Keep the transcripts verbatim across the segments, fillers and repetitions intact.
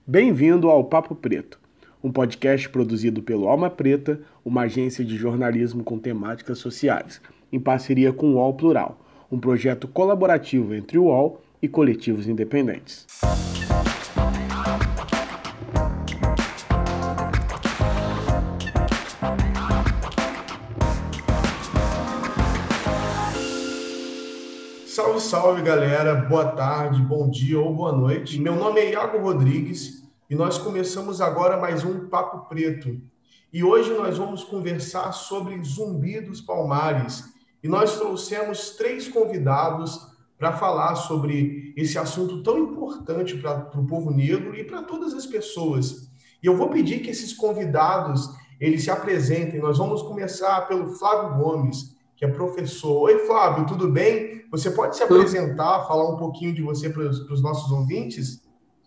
Bem-vindo ao Papo Preto, um podcast produzido pelo Alma Preta, uma agência de jornalismo com temáticas sociais, em parceria com o U O L Plural, um projeto colaborativo entre o U O L e coletivos independentes. Salve, salve, galera. Boa tarde, bom dia ou boa noite. Meu nome é Iago Rodrigues e nós começamos agora mais um Papo Preto. E hoje nós vamos conversar sobre Zumbi dos Palmares. E nós trouxemos três convidados para falar sobre esse assunto tão importante para o povo negro e para todas as pessoas. E eu vou pedir que esses convidados eles se apresentem. Nós vamos começar pelo Flávio Gomes, que é professor. Oi, Flávio, tudo bem? Você pode se apresentar, falar um pouquinho de você para os nossos ouvintes?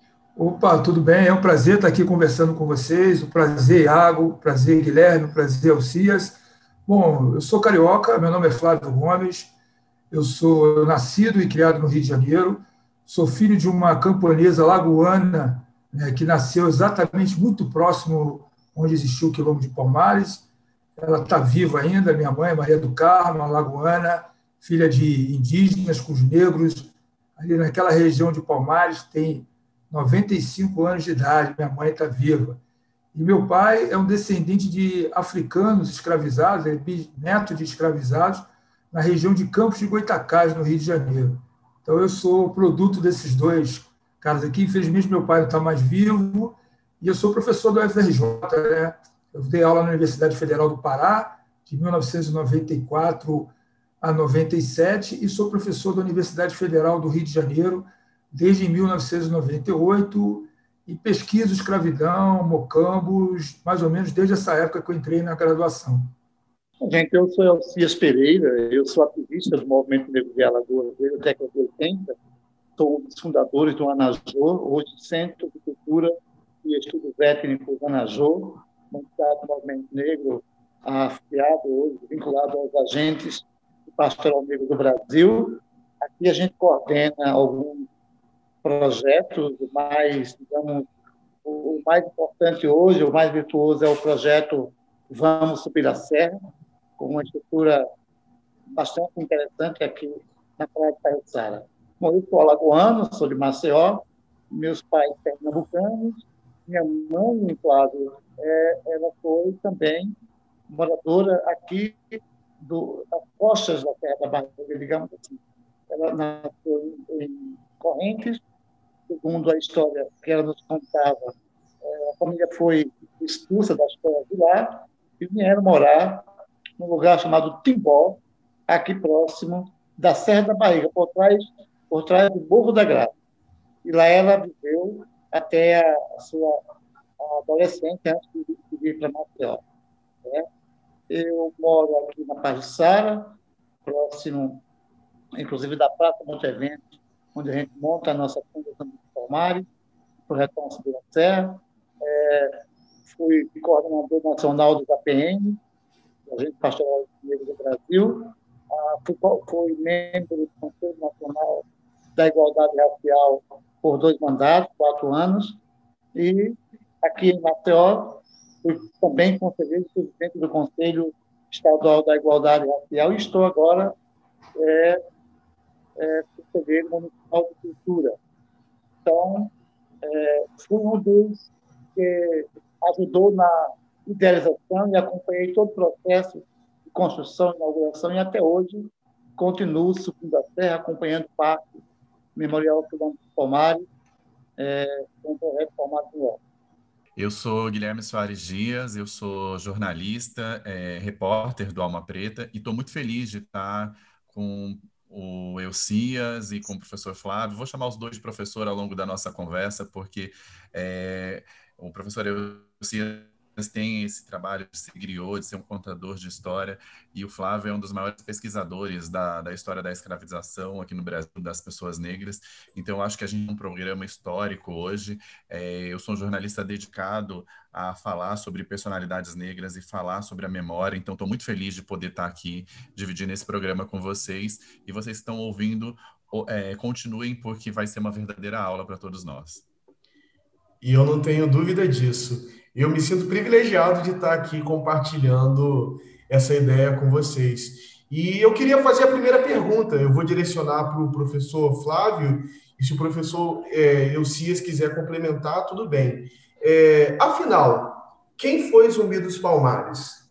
Opa, tudo bem? É um prazer estar aqui conversando com vocês. O prazer, Iago, o prazer, Guilherme, o prazer, Alcias. Bom, eu sou carioca, meu nome é Flávio Gomes, eu sou nascido e criado no Rio de Janeiro, sou filho de uma camponesa lagoana, né, que nasceu exatamente muito próximo onde existiu o Quilombo de Palmares. Ela está viva ainda, minha mãe, Maria do Carmo, uma lagoana, filha de indígenas com os negros. Ali naquela região de Palmares tem noventa e cinco anos de idade, minha mãe está viva. E meu pai é um descendente de africanos escravizados, é neto de escravizados, na região de Campos de Goytacazes, no Rio de Janeiro. Então, eu sou produto desses dois caras aqui. Infelizmente, meu pai não está mais vivo, e eu sou professor do U F R J, né? Eu dei aula na Universidade Federal do Pará, de mil novecentos e noventa e quatro a noventa e sete, e sou professor da Universidade Federal do Rio de Janeiro, desde mil novecentos e noventa e oito, e pesquiso escravidão, mocambos, mais ou menos desde essa época que eu entrei na graduação. Gente, eu sou Elcias Pereira, eu sou ativista do Movimento Negro de Alagoas desde a década de oitenta, sou um dos fundadores do ANAJOR, hoje Centro de Cultura e Estudos Étnicos ANAJOR, uma entidade do Movimento Negro afiliado hoje, vinculado aos agentes do Pastoral Negro do Brasil. Aqui a gente coordena alguns projetos, mais, digamos, o mais importante hoje, o mais virtuoso é o projeto Vamos Subir a Serra, com uma estrutura bastante interessante aqui na Praia de Caiçara. Bom, eu sou alagoano, sou de Maceió, meus pais pernambucanos, minha mãe, Flávio, é, ela foi também moradora aqui do, das costas da Serra da Barriga, digamos assim. Ela nasceu em, em Correntes, segundo a história que ela nos contava, a família foi expulsa das terras de lá e vieram morar num lugar chamado Timbó, aqui próximo da Serra da Barriga, por trás, por trás do Morro da Graça. E lá ela viveu até a sua adolescência, antes de vir para Maceió. Né? Eu moro aqui na Pajuçara, próximo, inclusive, da Praça Monte Evento, onde a gente monta a nossa Fundação de Palmares, projeto Subir a Serra. É, fui coordenador nacional do A P N, Agente Pastoral Negro do Brasil. Ah, fui, fui membro do Conselho Nacional da Igualdade Racial por dois mandatos, quatro anos. E aqui em Maceió, fui também conselheiro e presidente do Conselho Estadual da Igualdade Racial e estou agora é, é, conselheiro municipal de cultura. Então, é, fui um dos que ajudou na idealização e acompanhei todo o processo de construção, inauguração, e até hoje continuo subindo a serra, acompanhando parte do Memorial Quilombo de Palmares, é, com o projeto Palmares no Alto. Eu sou Guilherme Soares Dias, eu sou jornalista, é, repórter do Alma Preta, e estou muito feliz de estar com o Elcias e com o professor Flávio. Vou chamar os dois de professor ao longo da nossa conversa, porque é, o professor Elcias tem esse trabalho de ser griot, de ser um contador de história, e o Flávio é um dos maiores pesquisadores da, da história da escravização aqui no Brasil, das pessoas negras. Então, eu acho que a gente tem um programa histórico hoje. É, eu sou um jornalista dedicado a falar sobre personalidades negras e falar sobre a memória, então estou muito feliz de poder estar aqui dividindo esse programa com vocês, e vocês estão ouvindo, é, continuem, porque vai ser uma verdadeira aula para todos nós. E eu não tenho dúvida disso. Eu me sinto privilegiado de estar aqui compartilhando essa ideia com vocês. E eu queria fazer a primeira pergunta. Eu vou direcionar para o professor Flávio, e se o professor é, Elcias quiser complementar, tudo bem. É, afinal, quem foi Zumbi dos Palmares?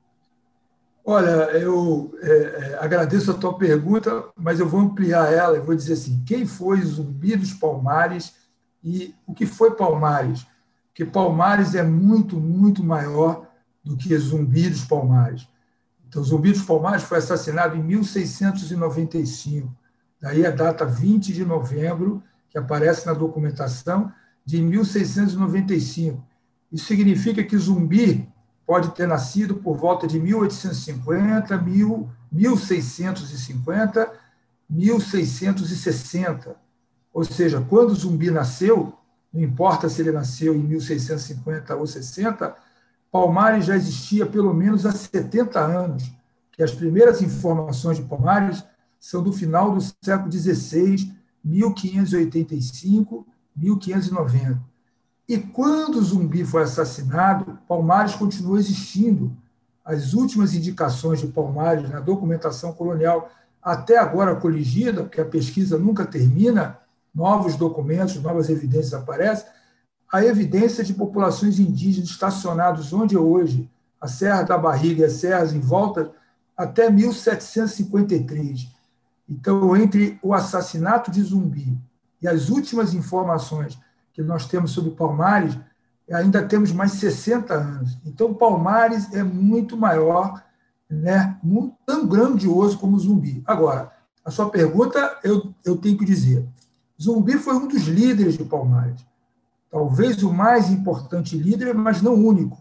Olha, eu é, é, agradeço a tua pergunta, mas eu vou ampliar ela e vou dizer assim: quem foi Zumbi dos Palmares e o que foi Palmares? Porque Palmares é muito, muito maior do que Zumbi dos Palmares. Então, Zumbi dos Palmares foi assassinado em mil seiscentos e noventa e cinco. Daí a data vinte de novembro, que aparece na documentação, de mil seiscentos e noventa e cinco. Isso significa que Zumbi pode ter nascido por volta de mil oitocentos e cinquenta, mil seiscentos e cinquenta, mil seiscentos e sessenta. Ou seja, quando Zumbi nasceu, não importa se ele nasceu em mil seiscentos e cinquenta ou sessenta, Palmares já existia pelo menos há setenta anos, que as primeiras informações de Palmares são do final do século dezesseis, mil quinhentos e oitenta e cinco, mil quinhentos e noventa. E quando Zumbi foi assassinado, Palmares continuou existindo. As últimas indicações de Palmares na documentação colonial, até agora coligida, porque a pesquisa nunca termina, novos documentos, novas evidências aparecem, a evidência de populações indígenas estacionadas onde é hoje, a Serra da Barriga e as serras em volta, até mil setecentos e cinquenta e três. Então, entre o assassinato de Zumbi e as últimas informações que nós temos sobre Palmares, ainda temos mais sessenta anos. Então, Palmares é muito maior, né, muito, tão grandioso como Zumbi. Agora, a sua pergunta, eu, eu tenho que dizer, Zumbi foi um dos líderes de Palmares. Talvez o mais importante líder, mas não único.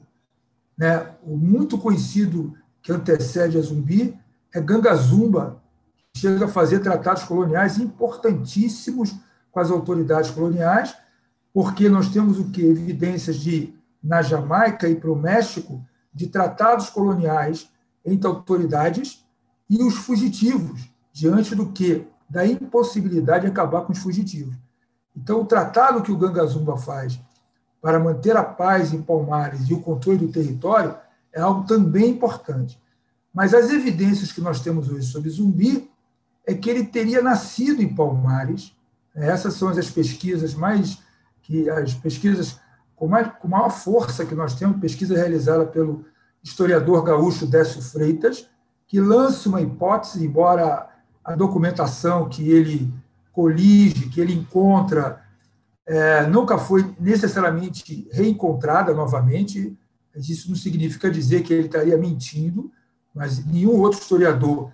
Né? O muito conhecido que antecede a Zumbi é Gangazumba, que chega a fazer tratados coloniais importantíssimos com as autoridades coloniais, porque nós temos o quê? Evidências de, na Jamaica e para o México, de tratados coloniais entre autoridades e os fugitivos, diante do quê? Da impossibilidade de acabar com os fugitivos. Então, o tratado que o Gangazumba faz para manter a paz em Palmares e o controle do território é algo também importante. Mas as evidências que nós temos hoje sobre Zumbi é que ele teria nascido em Palmares. Essas são as pesquisas mais que as pesquisas com, mais, com maior força que nós temos, pesquisa realizada pelo historiador gaúcho Décio Freitas, que lança uma hipótese, embora a documentação que ele colige, que ele encontra, é, nunca foi necessariamente reencontrada novamente. Isso não significa dizer que ele estaria mentindo, mas nenhum outro historiador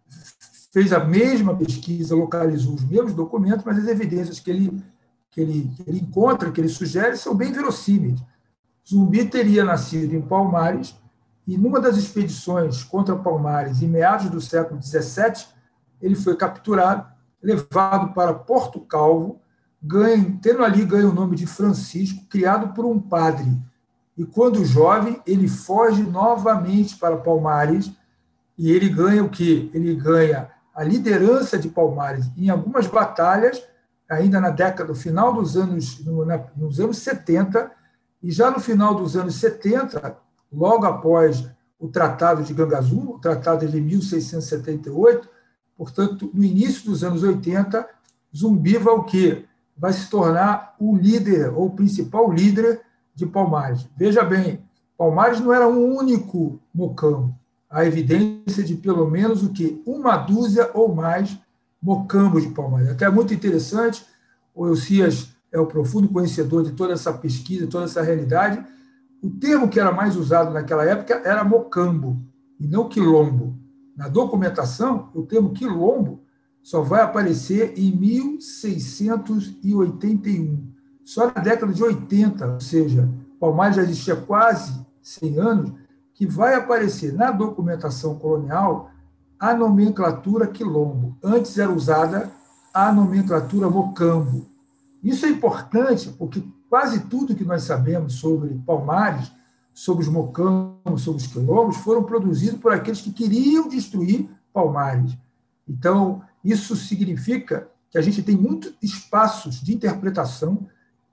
fez a mesma pesquisa, localizou os mesmos documentos, mas as evidências que ele, que ele, que ele encontra, que ele sugere, são bem verossímeis. Zumbi teria nascido em Palmares e, numa das expedições contra Palmares, em meados do século dezessete, ele foi capturado, levado para Porto Calvo, ganha, tendo ali ganha o nome de Francisco, criado por um padre. E quando jovem, ele foge novamente para Palmares e ele ganha o quê? Ele ganha a liderança de Palmares em algumas batalhas, ainda na década, no final dos anos, no, na, nos anos setenta, e já no final dos anos setenta, logo após o Tratado de Gangazumba, o Tratado de mil seiscentos e setenta e oito, portanto, no início dos anos oitenta, Zumbi vai o quê? Vai se tornar o líder, ou o principal líder de Palmares. Veja bem, Palmares não era um único mocambo. Há evidência de pelo menos o quê? Uma dúzia ou mais mocambos de Palmares. Até é muito interessante, o Elcias é o profundo conhecedor de toda essa pesquisa, toda essa realidade. O termo que era mais usado naquela época era mocambo, e não quilombo. Na documentação, o termo quilombo só vai aparecer em mil seiscentos e oitenta e um. Só na década de oitenta, ou seja, Palmares já existia quase cem anos, que vai aparecer na documentação colonial a nomenclatura quilombo. Antes era usada a nomenclatura mocambo. Isso é importante porque quase tudo que nós sabemos sobre Palmares, sobre os mocambos, sobre os quilombos, foram produzidos por aqueles que queriam destruir Palmares. Então, isso significa que a gente tem muitos espaços de interpretação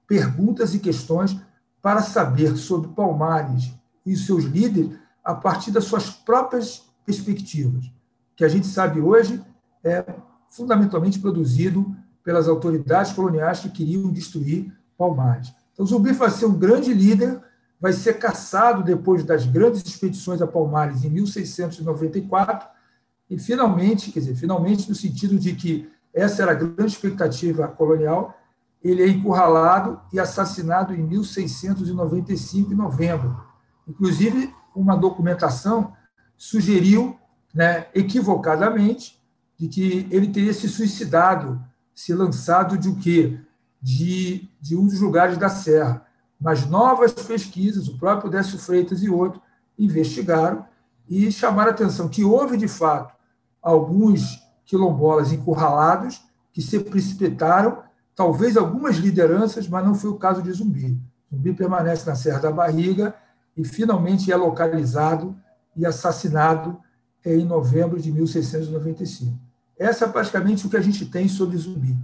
perguntas e questões para saber sobre Palmares e os seus líderes a partir das suas próprias perspectivas, que a gente sabe hoje é fundamentalmente produzido pelas autoridades coloniais que queriam destruir Palmares. Então, Zumbi vai ser um grande líder, vai ser caçado depois das grandes expedições a Palmares em mil seiscentos e noventa e quatro, e finalmente, quer dizer, finalmente no sentido de que essa era a grande expectativa colonial, ele é encurralado e assassinado em mil seiscentos e noventa e cinco, em novembro. Inclusive, uma documentação sugeriu, né, equivocadamente, de que ele teria se suicidado, se lançado de o quê? De, de um dos lugares da Serra. Mas novas pesquisas, o próprio Décio Freitas e outros, investigaram e chamaram a atenção que houve, de fato, alguns quilombolas encurralados que se precipitaram, talvez algumas lideranças, mas não foi o caso de Zumbi. Zumbi permanece na Serra da Barriga e finalmente é localizado e assassinado em novembro de mil seiscentos e noventa e cinco. Essa é praticamente o que a gente tem sobre Zumbi.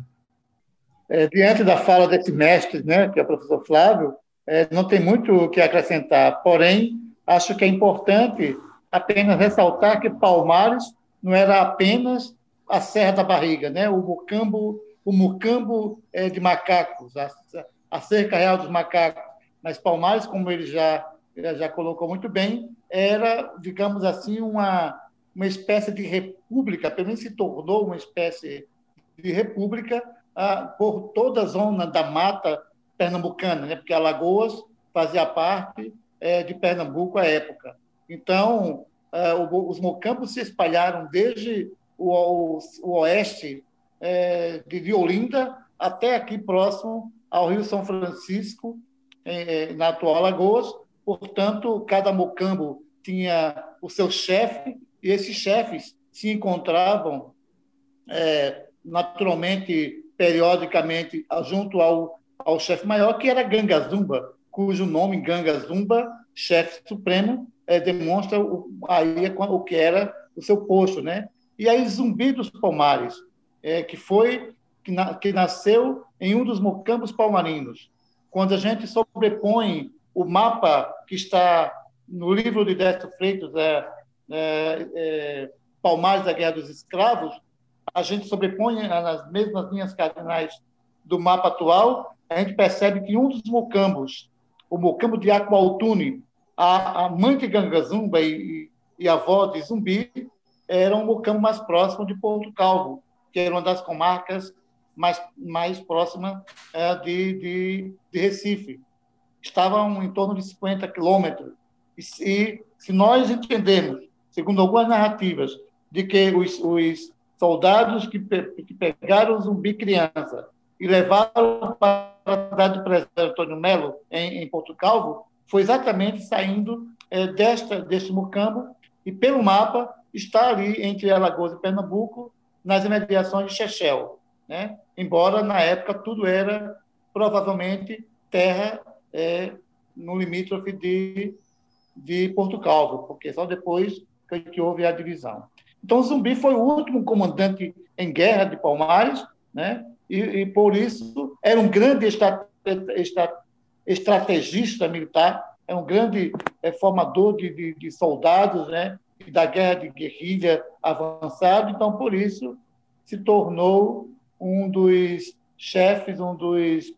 É, diante da fala desse mestre, né, que é o professor Flávio, é, não tem muito o que acrescentar, porém, acho que é importante apenas ressaltar que Palmares não era apenas a Serra da Barriga, né, o Mucambo, o Mucambo é, de macacos, a, a cerca real dos macacos, mas Palmares, como ele já, já colocou muito bem, era, digamos assim, uma, uma espécie de república, pelo menos se tornou uma espécie de república, ah, por toda a zona da mata pernambucana, né? Porque Alagoas fazia parte eh, de Pernambuco à época. Então, ah, o, os mocampos se espalharam desde o, o, o oeste eh, de, de Olinda até aqui próximo ao Rio São Francisco, eh, na atual Alagoas. Portanto, cada mocambo tinha o seu chefe, e esses chefes se encontravam eh, naturalmente, periodicamente, junto ao, ao chefe maior, que era Gangazumba, cujo nome, Gangazumba, chefe supremo, é, demonstra o, aí o que era o seu posto, né? E aí Zumbi dos Palmares, é, que foi que, na, que nasceu em um dos mocambos palmarinos. Quando a gente sobrepõe o mapa que está no livro de Décio Freitas, é, é, é, Palmares da Guerra dos Escravos, a gente sobrepõe nas mesmas linhas cardinais do mapa atual, a gente percebe que um dos mocambos, o mocambo de Aquautune, a, a mãe de Gangazumba e, e a avó de Zumbi, era um mocambo mais próximo de Porto Calvo, que era uma das comarcas mais, mais próximas é, de, de, de Recife. Estavam em torno de cinquenta quilômetros. E se, se nós entendemos, segundo algumas narrativas, de que os, os soldados que, que pegaram o Zumbi criança e levaram para a cidade do presidente Antônio Melo, em, em Porto Calvo, foi exatamente saindo é, desta, deste mocambo, e pelo mapa está ali entre Alagoas e Pernambuco, nas imediações de Chechel, né? Embora, na época, tudo era provavelmente terra é, no limítrofe de, de Porto Calvo, porque só depois que houve a divisão. Então, Zumbi foi o último comandante em guerra de Palmares, né? e, e, por isso, era um grande estra, estra, estrategista militar, é um grande é, formador de, de, de soldados, né? E da guerra de guerrilha avançado. Então, por isso, se tornou um dos chefes, um dos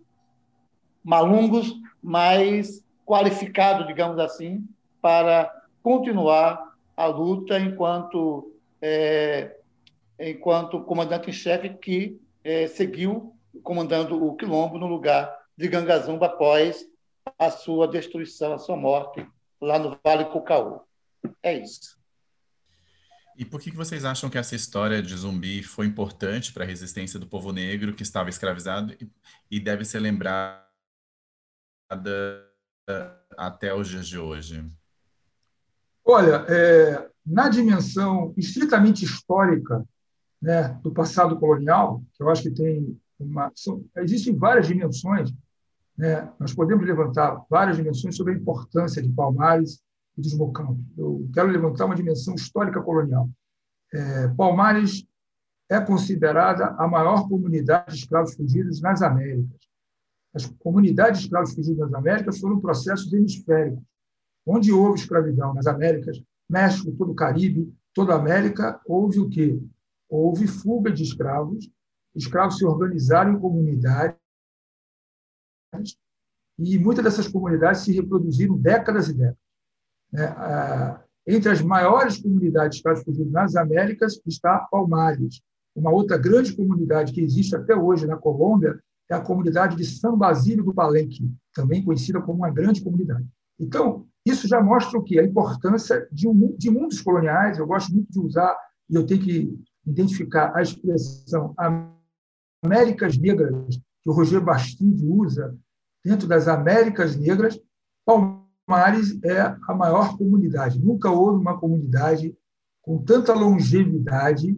malungos mais qualificados, digamos assim, para continuar a luta enquanto É, enquanto comandante-em-chefe que é, seguiu comandando o Quilombo no lugar de Gangazumba após a sua destruição, a sua morte, lá no Vale Cucaú. É isso. E por que vocês acham que essa história de Zumbi foi importante para a resistência do povo negro que estava escravizado e deve ser lembrada até os dias de hoje? Olha, é, na dimensão estritamente histórica, né, do passado colonial, que eu acho que tem uma... São, existem várias dimensões, né, nós podemos levantar várias dimensões sobre a importância de Palmares e dos mocampos. Eu quero levantar uma dimensão histórica colonial. É, Palmares é considerada a maior comunidade de escravos fugidos nas Américas. As comunidades de escravos fugidos das Américas foram processos hemisféricos. Onde houve escravidão nas Américas, México, todo o Caribe, toda a América, houve o quê? Houve fuga de escravos, escravos se organizaram em comunidades e muitas dessas comunidades se reproduziram décadas e décadas. Entre as maiores comunidades de escravos fugidos nas Américas está Palmares. Uma outra grande comunidade que existe até hoje na Colômbia é a comunidade de San Basílio do Palenque, também conhecida como uma grande comunidade. Então, isso já mostra o quê? A importância de, um, de mundos coloniais. Eu gosto muito de usar, e eu tenho que identificar a expressão Américas Negras, que o Roger Bastide usa, dentro das Américas Negras, Palmares é a maior comunidade. Nunca houve uma comunidade com tanta longevidade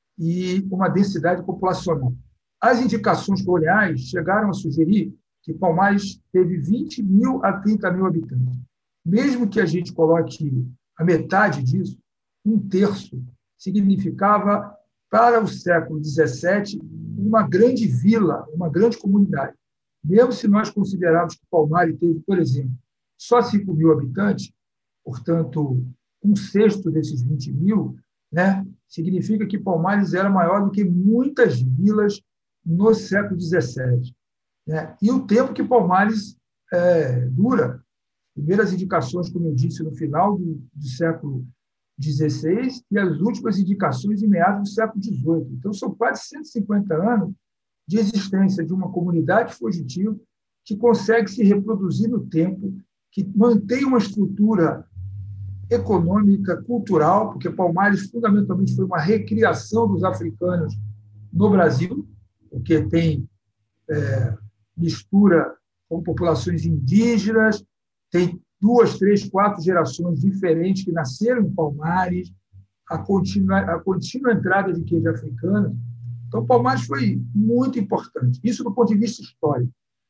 e uma densidade populacional. As indicações coloniais chegaram a sugerir que Palmares teve vinte mil a trinta mil habitantes. Mesmo que a gente coloque a metade disso, um terço significava, para o século dezessete, uma grande vila, uma grande comunidade. Mesmo se nós considerarmos que Palmares teve, por exemplo, só cinco mil habitantes, portanto, um sexto desses vinte mil, né, significa que Palmares era maior do que muitas vilas no século dezessete. Né? E o tempo que Palmares é, dura, primeiras indicações, como eu disse, no final do, do século dezesseis e as últimas indicações em meados do século dezoito. Então, são quase cento e cinquenta anos de existência de uma comunidade fugitiva que consegue se reproduzir no tempo, que mantém uma estrutura econômica, cultural, porque Palmares, fundamentalmente, foi uma recriação dos africanos no Brasil, porque tem é, mistura com populações indígenas, tem duas, três, quatro gerações diferentes que nasceram em Palmares, a contínua, a contínua entrada de queijo africano. Então, Palmares foi muito importante. Isso do ponto de vista histórico.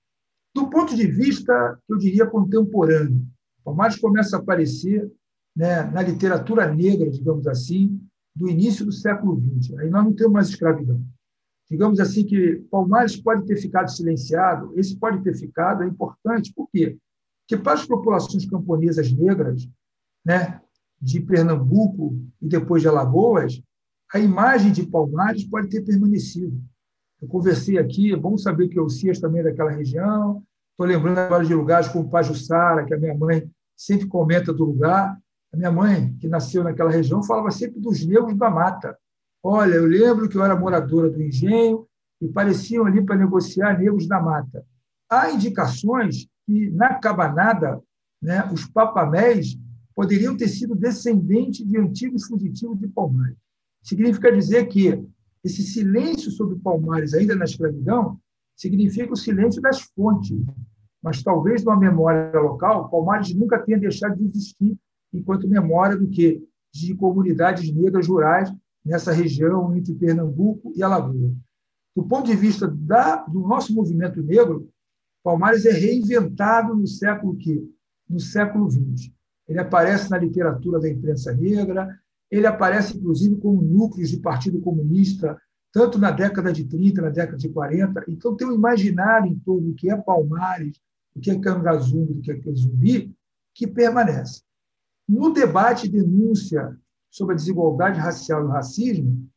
Do ponto de vista, eu diria, contemporâneo, Palmares começa a aparecer, né, na literatura negra, digamos assim, do início do século vinte. Aí nós não temos mais escravidão. Digamos assim que Palmares pode ter ficado silenciado, esse pode ter ficado, é importante. Por quê? Porque para as populações camponesas negras, né, de Pernambuco e depois de Alagoas, a imagem de Palmares pode ter permanecido. Eu conversei aqui, é bom saber que o Cias também é daquela região, estou lembrando agora de lugares como Pajuçara, que a minha mãe sempre comenta do lugar. A minha mãe, que nasceu naquela região, falava sempre dos negros da mata. Olha, eu lembro que eu era moradora do engenho e pareciam ali para negociar negros da mata. Há indicações que, na cabanada, né, os papamés poderiam ter sido descendentes de antigos fugitivos de Palmares. Significa dizer que esse silêncio sobre Palmares, ainda na escravidão, significa o silêncio das fontes. Mas, talvez, numa memória local, Palmares nunca tenha deixado de existir enquanto memória do que de comunidades negras rurais nessa região entre Pernambuco e Alagoas. Do ponto de vista da, do nosso movimento negro, Palmares é reinventado no século quê? No século vinte. Ele aparece na literatura da imprensa negra, ele aparece, inclusive, como núcleos de Partido Comunista, tanto na década de trinta, na década de quarenta. Então, tem um imaginário em torno do que é Palmares, do que é Cangazumbi, do que é Zumbi, que permanece. No debate e denúncia sobre a desigualdade racial e o racismo,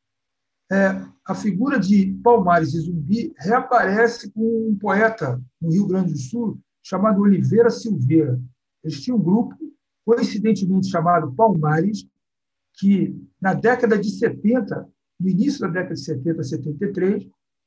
é, a figura de Palmares e Zumbi reaparece com um poeta no Rio Grande do Sul chamado Oliveira Silveira. Eles tinham um grupo, coincidentemente chamado Palmares, que na década de setenta, no início da década de setenta, setenta e três,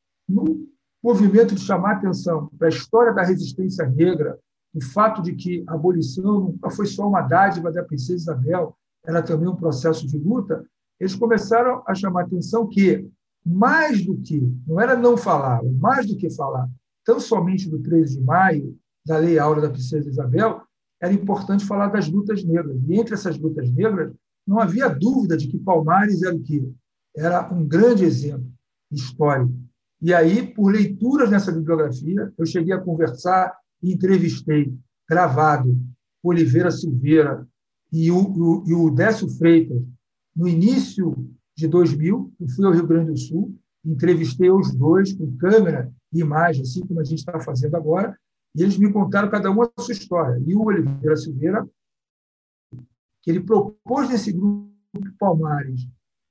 no movimento de chamar atenção para a história da resistência negra, o fato de que a abolição não foi só uma dádiva da princesa Isabel, era também um processo de luta, eles começaram a chamar atenção que, mais do que, não era não falar, mais do que falar, tão somente do treze de maio, da Lei Áurea da princesa Isabel, era importante falar das lutas negras. E entre essas lutas negras, não havia dúvida de que Palmares era o quê? Era um grande exemplo histórico. E aí, por leituras nessa bibliografia, eu cheguei a conversar e entrevistei, gravado, Oliveira Silveira e o, o, e o Décio Freitas, no início de dois mil, eu fui ao Rio Grande do Sul, entrevistei os dois com câmera e imagem, assim como a gente está fazendo agora, E eles me contaram cada um a sua história. E o Oliveira Silveira, que ele propôs nesse grupo Palmares,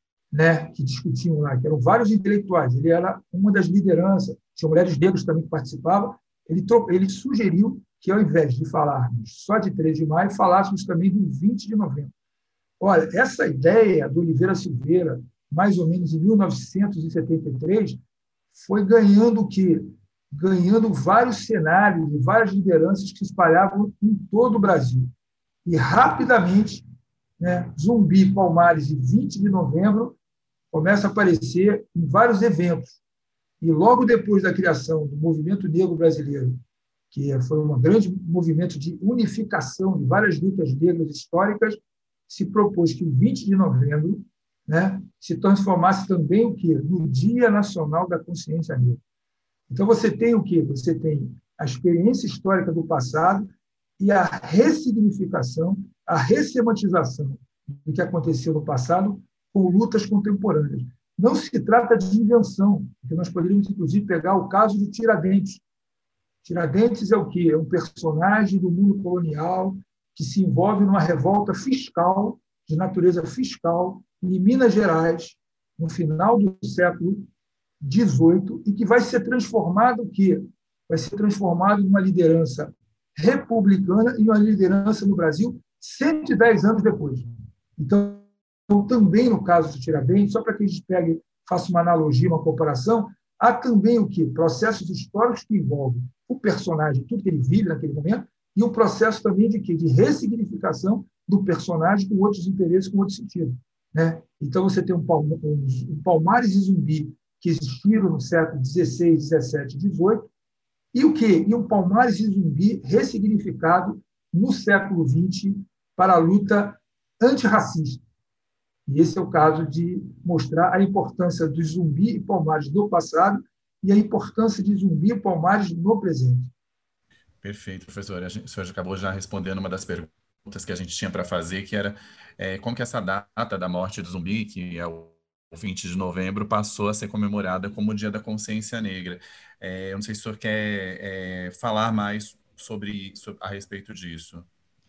né, que discutiam lá, que eram vários intelectuais, ele era uma das lideranças, tinha mulheres negras também que participavam, ele, ele sugeriu que, ao invés de falarmos só de três de maio, falássemos também do vinte de novembro. Olha, essa ideia do Oliveira Silveira, mais ou menos em mil novecentos e setenta e três, foi ganhando o quê? Ganhando vários cenários e várias lideranças que se espalhavam em todo o Brasil. E, rapidamente, né, Zumbi, Palmares e vinte de novembro começa a aparecer em vários eventos. E, logo depois da criação do Movimento Negro Brasileiro, que foi um grande movimento de unificação de várias lutas negras históricas, se propôs que o vinte de novembro, né, se transformasse também o quê? No Dia Nacional da Consciência Negra. Então, você tem o quê? Você tem a experiência histórica do passado e a ressignificação, a ressemantização do que aconteceu no passado com lutas contemporâneas. Não se trata de invenção, porque nós poderíamos, inclusive, pegar o caso do Tiradentes. Tiradentes é o quê? É um personagem do mundo colonial que se envolve numa revolta fiscal, de natureza fiscal, em Minas Gerais, no final do século dezoito, e que vai ser transformado o quê? Vai ser transformado numa liderança republicana e uma liderança no Brasil cento e dez anos depois. Então, também no caso do Tiradentes, só para que a gente pegue, faça uma analogia, uma comparação, há também o quê? Processos históricos que envolvem o personagem, tudo que ele vive naquele momento, e o processo também de quê? De ressignificação do personagem com outros interesses, com outro sentido. Né? Então, você tem um, um Palmares e Zumbi que existiram no século dezesseis, dezessete, dezoito, e o quê? E um Palmares e Zumbi ressignificado no século vinte para a luta antirracista. E esse é o caso de mostrar a importância dos Zumbi e Palmares do passado e a importância de Zumbi e Palmares no presente. Perfeito, professor. A gente, o senhor acabou já respondendo uma das perguntas que a gente tinha para fazer, que era é, como que essa data da morte do Zumbi, que é o vinte de novembro, passou a ser comemorada como o Dia da Consciência Negra. É, eu não sei se o senhor quer é, falar mais sobre, sobre a respeito disso.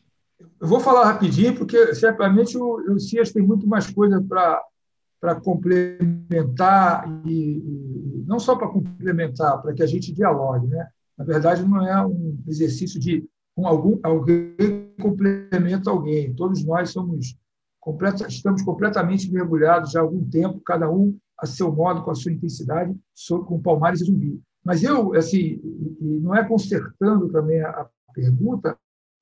Eu vou falar rapidinho, porque certamente o, o Cias tem muito mais coisa para complementar, e, e não só para complementar, para que a gente dialogue. Né? Na verdade, não é um exercício de um, algum, alguém complementa alguém. Todos nós somos completa, estamos completamente mergulhados já há algum tempo, cada um a seu modo, com a sua intensidade, com Palmares e Zumbi. Mas eu, assim, e não é consertando também a, a pergunta,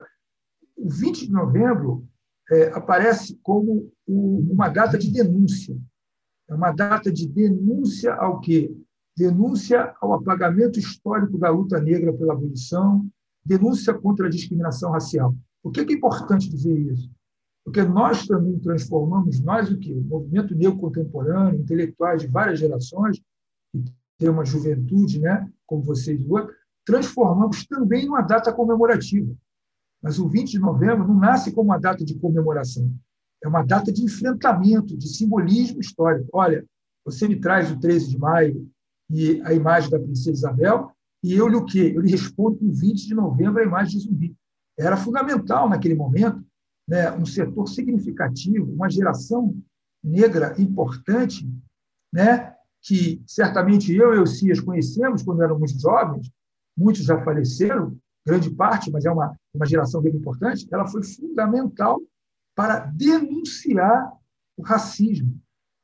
o vinte de novembro é, aparece como o, uma data de denúncia. É uma data de denúncia ao quê? Denúncia ao apagamento histórico da luta negra pela abolição, denúncia contra a discriminação racial. Por que é importante dizer isso? Porque nós também transformamos, nós o quê? O movimento negro contemporâneo, intelectuais de várias gerações, que tem uma juventude, né, como vocês outros, transformamos também numa data comemorativa. Mas o vinte de novembro não nasce como uma data de comemoração. É uma data de enfrentamento, de simbolismo histórico. Olha, você me traz o treze de maio e a imagem da princesa Isabel, e eu lhe o quê? Eu lhe respondo com vinte de novembro a imagem de Zumbi. Era fundamental, naquele momento, né, um setor significativo, uma geração negra importante, né, que certamente eu e o Cias conhecemos quando éramos jovens, muitos já faleceram, grande parte, mas é uma, uma geração bem importante, ela foi fundamental para denunciar o racismo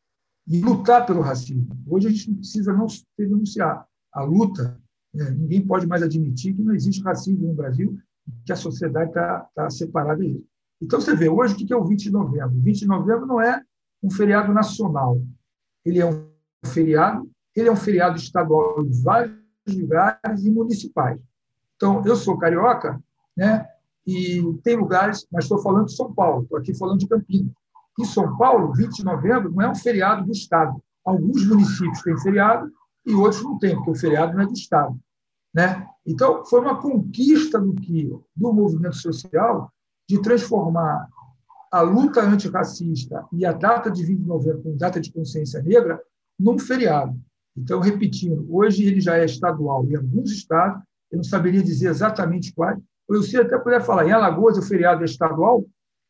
e lutar pelo racismo. Hoje a gente não precisa não denunciar a luta, né? Ninguém pode mais admitir que não existe racismo no Brasil, que a sociedade está tá separada disso. Então, você vê, hoje, o que é o vinte de novembro? O vinte de novembro não é um feriado nacional, ele é um feriado, ele é um feriado estadual em vários lugares e municipais. Então, eu sou carioca, né, e tem lugares, mas estou falando de São Paulo, estou aqui falando de Campinas. Em São Paulo, vinte de novembro não é um feriado do Estado. Alguns municípios têm feriado e outros não têm, porque o feriado não é do Estado. Né? Então, foi uma conquista do, que, do movimento social de transformar a luta antirracista e a data de vinte de novembro como data de consciência negra num feriado. Então, repetindo, hoje ele já é estadual em alguns estados eu não saberia dizer exatamente quais. Eu sei até puder falar, em Alagoas o feriado é estadual,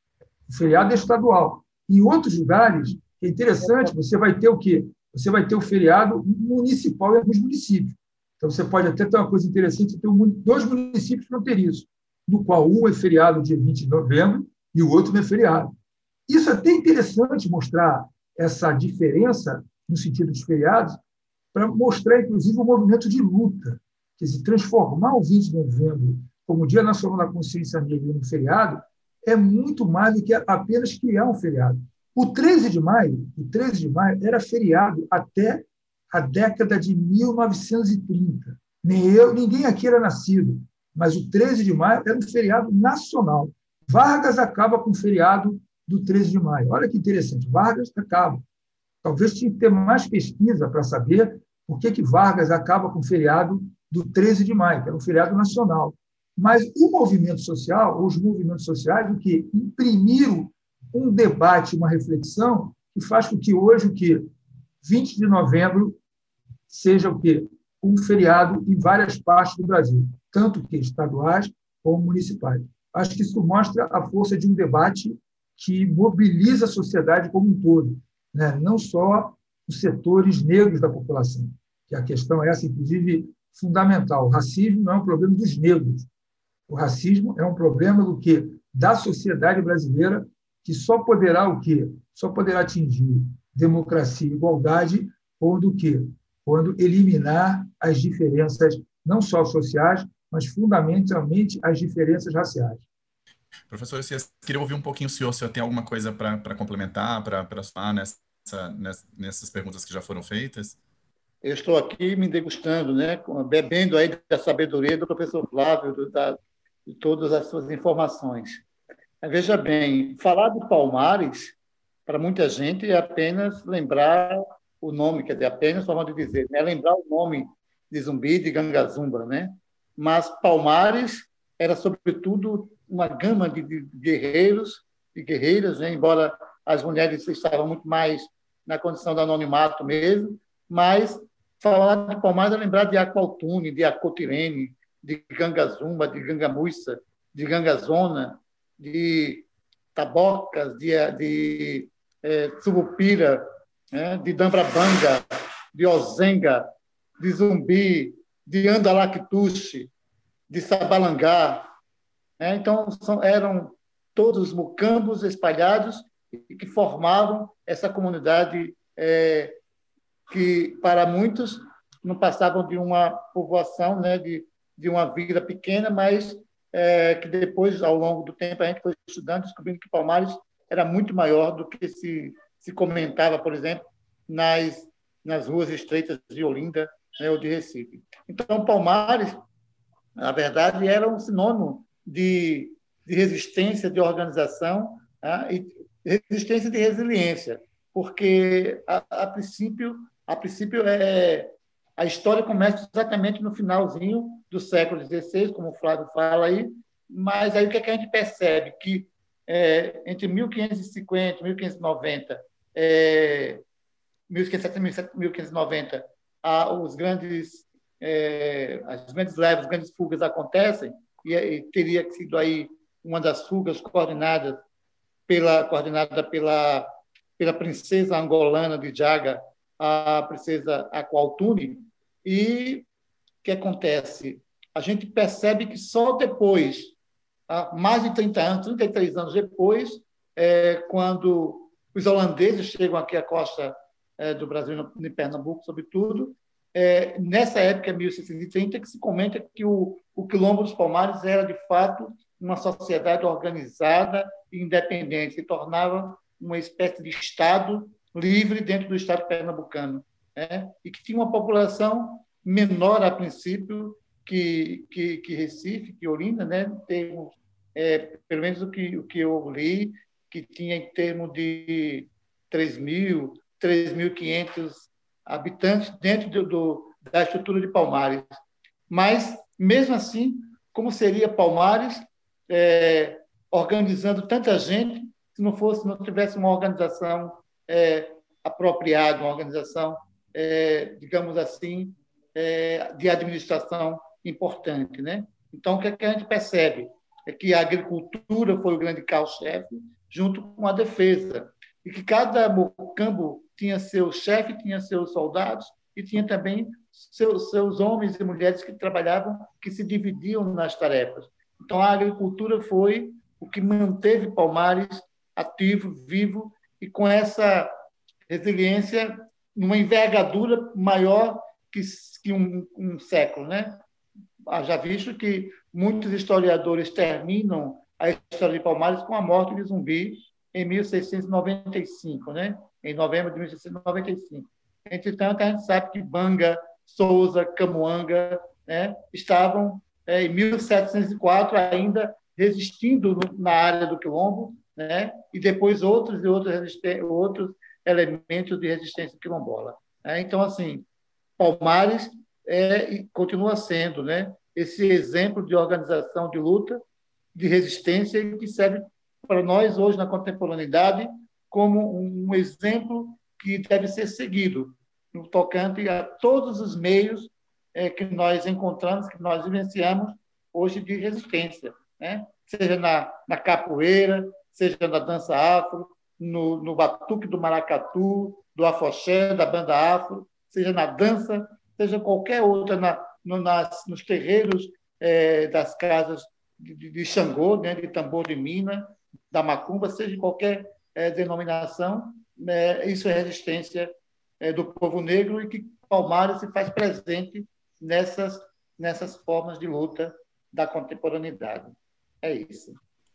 o feriado é estadual. Em outros lugares, é interessante, você vai ter o quê? Você vai ter o feriado municipal em alguns municípios. Então, você pode até ter uma coisa interessante, ter dois municípios fronteiriços, no qual um é feriado dia vinte de novembro e o outro não é feriado. Isso é até interessante mostrar essa diferença no sentido dos feriados, para mostrar, inclusive, o movimento de luta. Quer dizer, transformar o vinte de novembro como Dia Nacional da Consciência Negra em um feriado é muito mais do que apenas criar um feriado. O treze de maio, o treze de maio era feriado até a década de mil novecentos e trinta. Nem eu, ninguém aqui era nascido, mas o treze de maio era um feriado nacional. Vargas acaba com o feriado do treze de maio. Olha que interessante, Vargas acaba. Talvez tinha que ter mais pesquisa para saber por que, que Vargas acaba com o feriado do treze de maio, que era um feriado nacional. Mas o movimento social, ou os movimentos sociais, o que imprimiram um debate, uma reflexão, que faz com que hoje o que vinte de novembro seja o quê? Um feriado em várias partes do Brasil, tanto que estaduais como municipais. Acho que isso mostra a força de um debate que mobiliza a sociedade como um todo, né? Não só os setores negros da população, que a questão é essa, inclusive, fundamental. O racismo não é um problema dos negros. O racismo é um problema do quê? Da sociedade brasileira, que só poderá o quê? Só poderá atingir democracia e igualdade quando o quê? Quando eliminar as diferenças não só sociais, mas fundamentalmente as diferenças raciais. Professor, eu queria ouvir um pouquinho o senhor, se o senhor tem alguma coisa para complementar, para somar nessa, nessas perguntas que já foram feitas. Eu estou aqui me degustando, né, bebendo aí da sabedoria do professor Flávio, do, da, de todas as suas informações. Veja bem, falar de Palmares, para muita gente, é apenas lembrar o nome, quer dizer, apenas forma de dizer, né? Lembrar o nome de Zumbi, de Gangazumba, né? Mas Palmares era, sobretudo, uma gama de, de guerreiros e guerreiras, né? Embora as mulheres estavam muito mais na condição do anonimato mesmo, mas falar de Palmares é lembrar de Aqualtune, de Acotirene, de Gangazumba, de Gangamuissa, de Gangazona, de Tabocas, de, de é, Subupira, né, de Dambrabanga, de Ozenga, de Zumbi, de Andalactuxe, de Sabalangá. Né? Então, são, eram todos mucambos espalhados e que formavam essa comunidade é, que, para muitos, não passavam de uma povoação, né, de, de uma vila pequena, mas é, que depois, ao longo do tempo, a gente foi estudando, descobrindo que Palmares era muito maior do que se, se comentava, por exemplo, nas, nas ruas estreitas de Olinda, né, ou de Recife. Então, Palmares, na verdade, era um sinônimo de, de resistência, de organização, né, e resistência de resiliência, porque, a, a princípio, a princípio é, a história começa exatamente no finalzinho do século dezesseis, como o Flávio fala aí, mas aí o que, é que a gente percebe? Que é, entre mil quinhentos e cinquenta e mil quinhentos e noventa, é, mil quinhentos e setenta e mil quinhentos e noventa, a, os grandes, é, as grandes levas, as grandes fugas acontecem, e, e teria sido aí uma das fugas coordenadas pela, coordenada pela, pela princesa angolana de Jaga, a princesa Aqualtune. E o que acontece? A gente percebe que só depois, mais de trinta anos, trinta e três anos depois, é, quando os holandeses chegam aqui à costa é, do Brasil, em Pernambuco, sobretudo, é, nessa época, mil seiscentos e trinta, que se comenta que o, o Quilombo dos Palmares era, de fato, uma sociedade organizada e independente, se tornava uma espécie de Estado livre dentro do Estado pernambucano, né? E que tinha uma população menor, a princípio, que, que, que Recife, que Olinda, né? Tem, é, pelo menos o que, o que eu li, que tinha em termos de três mil, três mil e quinhentos habitantes dentro do, do, da estrutura de Palmares. Mas, mesmo assim, como seria Palmares é, organizando tanta gente se não fosse, se não tivesse uma organização é, apropriada, uma organização, é, digamos assim, é, de administração importante, né? Então, o que, é que a gente percebe? É que a agricultura foi o grande carro-chefe, junto com a defesa, e que cada mocambo tinha seu chefe, tinha seus soldados, e tinha também seus, seus homens e mulheres que trabalhavam, que se dividiam nas tarefas. Então, a agricultura foi o que manteve Palmares ativo, vivo, e com essa resiliência, numa envergadura maior que, que um, um século, né? Já visto que muitos historiadores terminam a história de Palmares com a morte de Zumbi em mil seiscentos e noventa e cinco, né? Em novembro de mil seiscentos e noventa e cinco. Entretanto, a gente sabe que Banga, Souza, Camuanga, né, estavam, é, em mil setecentos e quatro, ainda resistindo na área do Quilombo, né, e depois outros e outros, outros elementos de resistência quilombola. Né? Então, assim, Palmares é, e continua sendo, né, esse exemplo de organização de luta, de resistência, que serve para nós hoje, na contemporaneidade, como um exemplo que deve ser seguido, no tocante a todos os meios é, que nós encontramos, que nós vivenciamos hoje de resistência, né? Seja na, na capoeira, seja na dança afro, no, no batuque do maracatu, do afoxé, da banda afro, seja na dança, seja qualquer outra, na, no, nas, nos terreiros é, das casas de, de, de Xangô, né, de tambor de mina, da macumba, seja em qualquer é, denominação, é, isso é resistência é, do povo negro, e que Palmares se faz presente nessas, nessas formas de luta da contemporaneidade. É isso.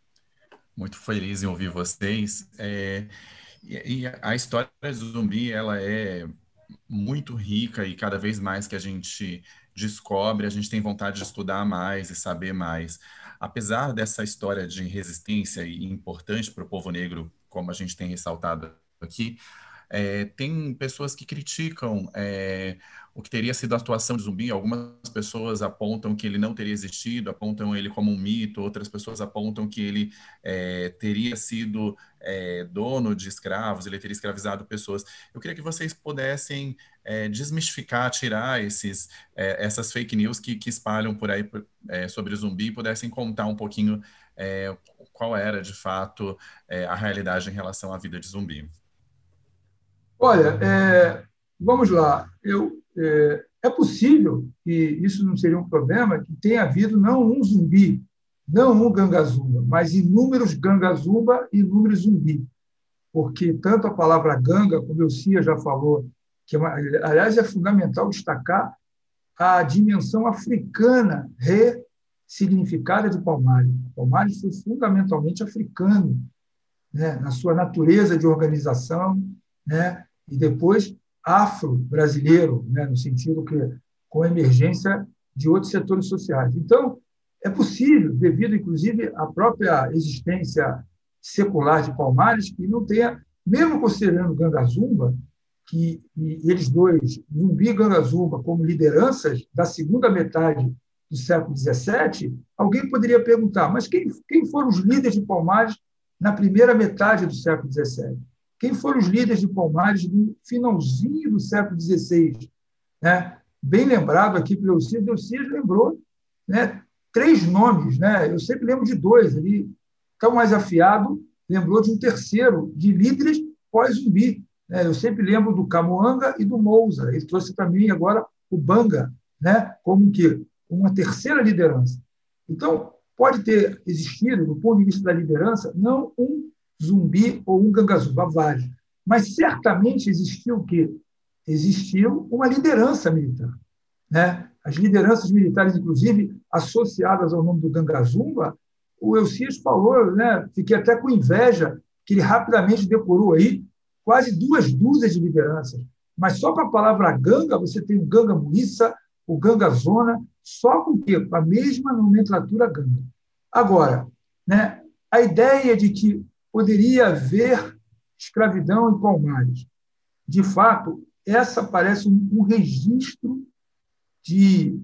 Muito feliz em ouvir vocês. É, e, e a história do Zumbi, ela é muito rica, e cada vez mais que a gente descobre, a gente tem vontade de estudar mais e saber mais. Apesar dessa história de resistência e importante para o povo negro, como a gente tem ressaltado aqui, é, tem pessoas que criticam é, o que teria sido a atuação de Zumbi. Algumas pessoas apontam que ele não teria existido, apontam ele como um mito, outras pessoas apontam que ele é, teria sido é, dono de escravos, ele teria escravizado pessoas. Eu queria que vocês pudessem é, desmistificar, tirar esses, é, essas fake news que, que espalham por aí é, sobre Zumbi, e pudessem contar um pouquinho é, qual era, de fato, é, a realidade em relação à vida de Zumbi. Olha, é, vamos lá. Eu, é, é possível que isso não seria um problema, que tenha havido não um zumbi, não um gangazumba, mas inúmeros gangazumba e inúmeros zumbi. Porque tanto a palavra ganga, como o Elcia já falou, que, aliás, é fundamental destacar a dimensão africana ressignificada de Palmares. Palmares foi fundamentalmente africano, né, na sua natureza de organização, né, e depois afro-brasileiro, né, no sentido que com a emergência de outros setores sociais. Então, é possível, devido, inclusive, à própria existência secular de Palmares, que não tenha, mesmo considerando Gangazumba, que e eles dois, Zumbi e Gangazumba, como lideranças da segunda metade do século dezessete, alguém poderia perguntar, mas quem, quem foram os líderes de Palmares na primeira metade do século dezessete? Quem foram os líderes de Palmares no finalzinho do século dezesseis? Né? Bem lembrado aqui pelo Elcias, o Elcias lembrou, né, três nomes, né? Eu sempre lembro de dois, ele, tão mais afiado, lembrou de um terceiro, de líderes pós-Zumbi. Né? Eu sempre lembro do Camuanga e do Mouza. Ele trouxe também agora o Banga, né, como que uma terceira liderança. Então, pode ter existido, do ponto de vista da liderança, não um Zumbi ou um Gangazumba, vários. Mas certamente existiu o quê? Existiu uma liderança militar. Né? As lideranças militares, inclusive, associadas ao nome do Gangazumba, o Elcias falou, né? Fiquei até com inveja, que ele rapidamente decorou aí quase duas dúzias de lideranças. Mas só com a palavra ganga, você tem o Ganga Muissa, o Ganga Zona, só com o quê? Com a mesma nomenclatura ganga. Agora, né, a ideia de que poderia haver escravidão em Palmares, de fato, essa parece um, um registro de,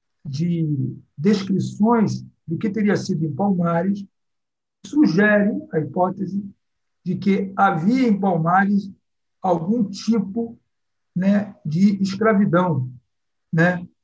de descrições do que teria sido em Palmares, sugere a hipótese de que havia em Palmares algum tipo, né, de escravidão, né?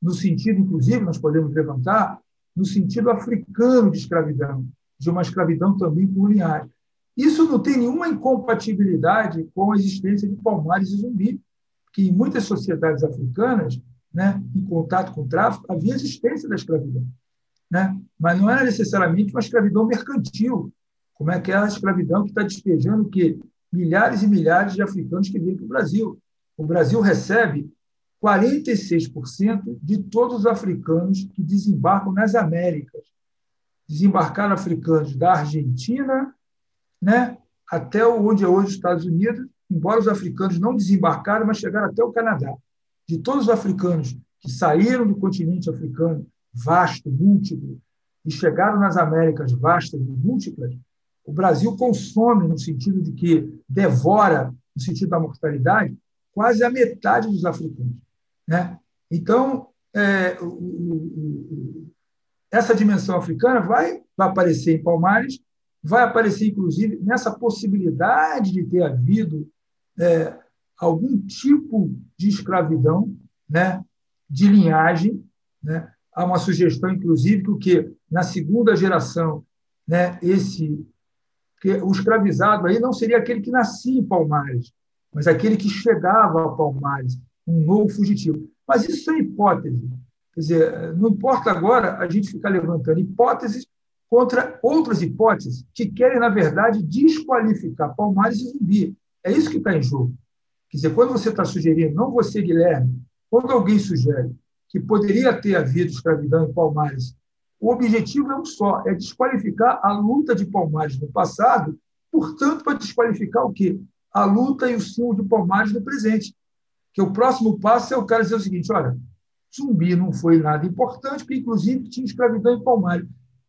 no sentido, inclusive, nós podemos levantar, no sentido africano de escravidão, de uma escravidão também por linhagem. Isso não tem nenhuma incompatibilidade com a existência de Palmares e Zumbi, que em muitas sociedades africanas, né, em contato com o tráfico, havia existência da escravidão, né? Mas não era necessariamente uma escravidão mercantil, como é que é a escravidão que está despejando que milhares e milhares de africanos que vêm para o Brasil. O Brasil recebe quarenta e seis por cento de todos os africanos que desembarcam nas Américas. Desembarcaram africanos da Argentina, né, até onde é hoje os Estados Unidos, embora os africanos não desembarcaram, mas chegaram até o Canadá. De todos os africanos que saíram do continente africano, vasto, múltiplo, e chegaram nas Américas vastas e múltiplas, o Brasil consome, no sentido de que devora, no sentido da mortalidade, quase a metade dos africanos, né? Então, é, o, o, o, essa dimensão africana vai, vai aparecer em Palmares, vai aparecer, inclusive, nessa possibilidade de ter havido é, algum tipo de escravidão, né, de linhagem, né? Há uma sugestão, inclusive, que o que na segunda geração, né, esse que o escravizado aí não seria aquele que nascia em Palmares, mas aquele que chegava a Palmares, um novo fugitivo. Mas isso é hipótese. Quer dizer, não importa agora a gente ficar levantando hipóteses contra outras hipóteses que querem, na verdade, desqualificar Palmares e Zumbi. É isso que está em jogo. Quer dizer, quando você está sugerindo, não você, Guilherme, quando alguém sugere que poderia ter havido escravidão em Palmares, o objetivo é um só, é desqualificar a luta de Palmares no passado, portanto, para desqualificar o quê? A luta e o símbolo de Palmares no presente. Que o próximo passo é o cara dizer o seguinte, olha, Zumbi não foi nada importante, porque, inclusive, tinha escravidão em Palmares.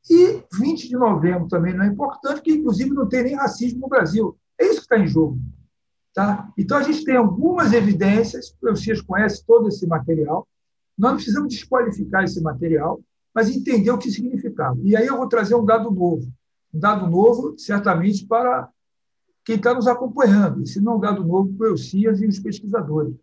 E vinte de novembro também não é importante, porque, inclusive, não tem nem racismo no Brasil. É isso que está em jogo. Tá? Então, a gente tem algumas evidências, vocês conhecem todo esse material, nós não precisamos desqualificar esse material, mas entender o que significava. E aí eu vou trazer um dado novo, um dado novo, certamente, para quem está nos acompanhando, esse não é um dado novo para o Elcias e os pesquisadores.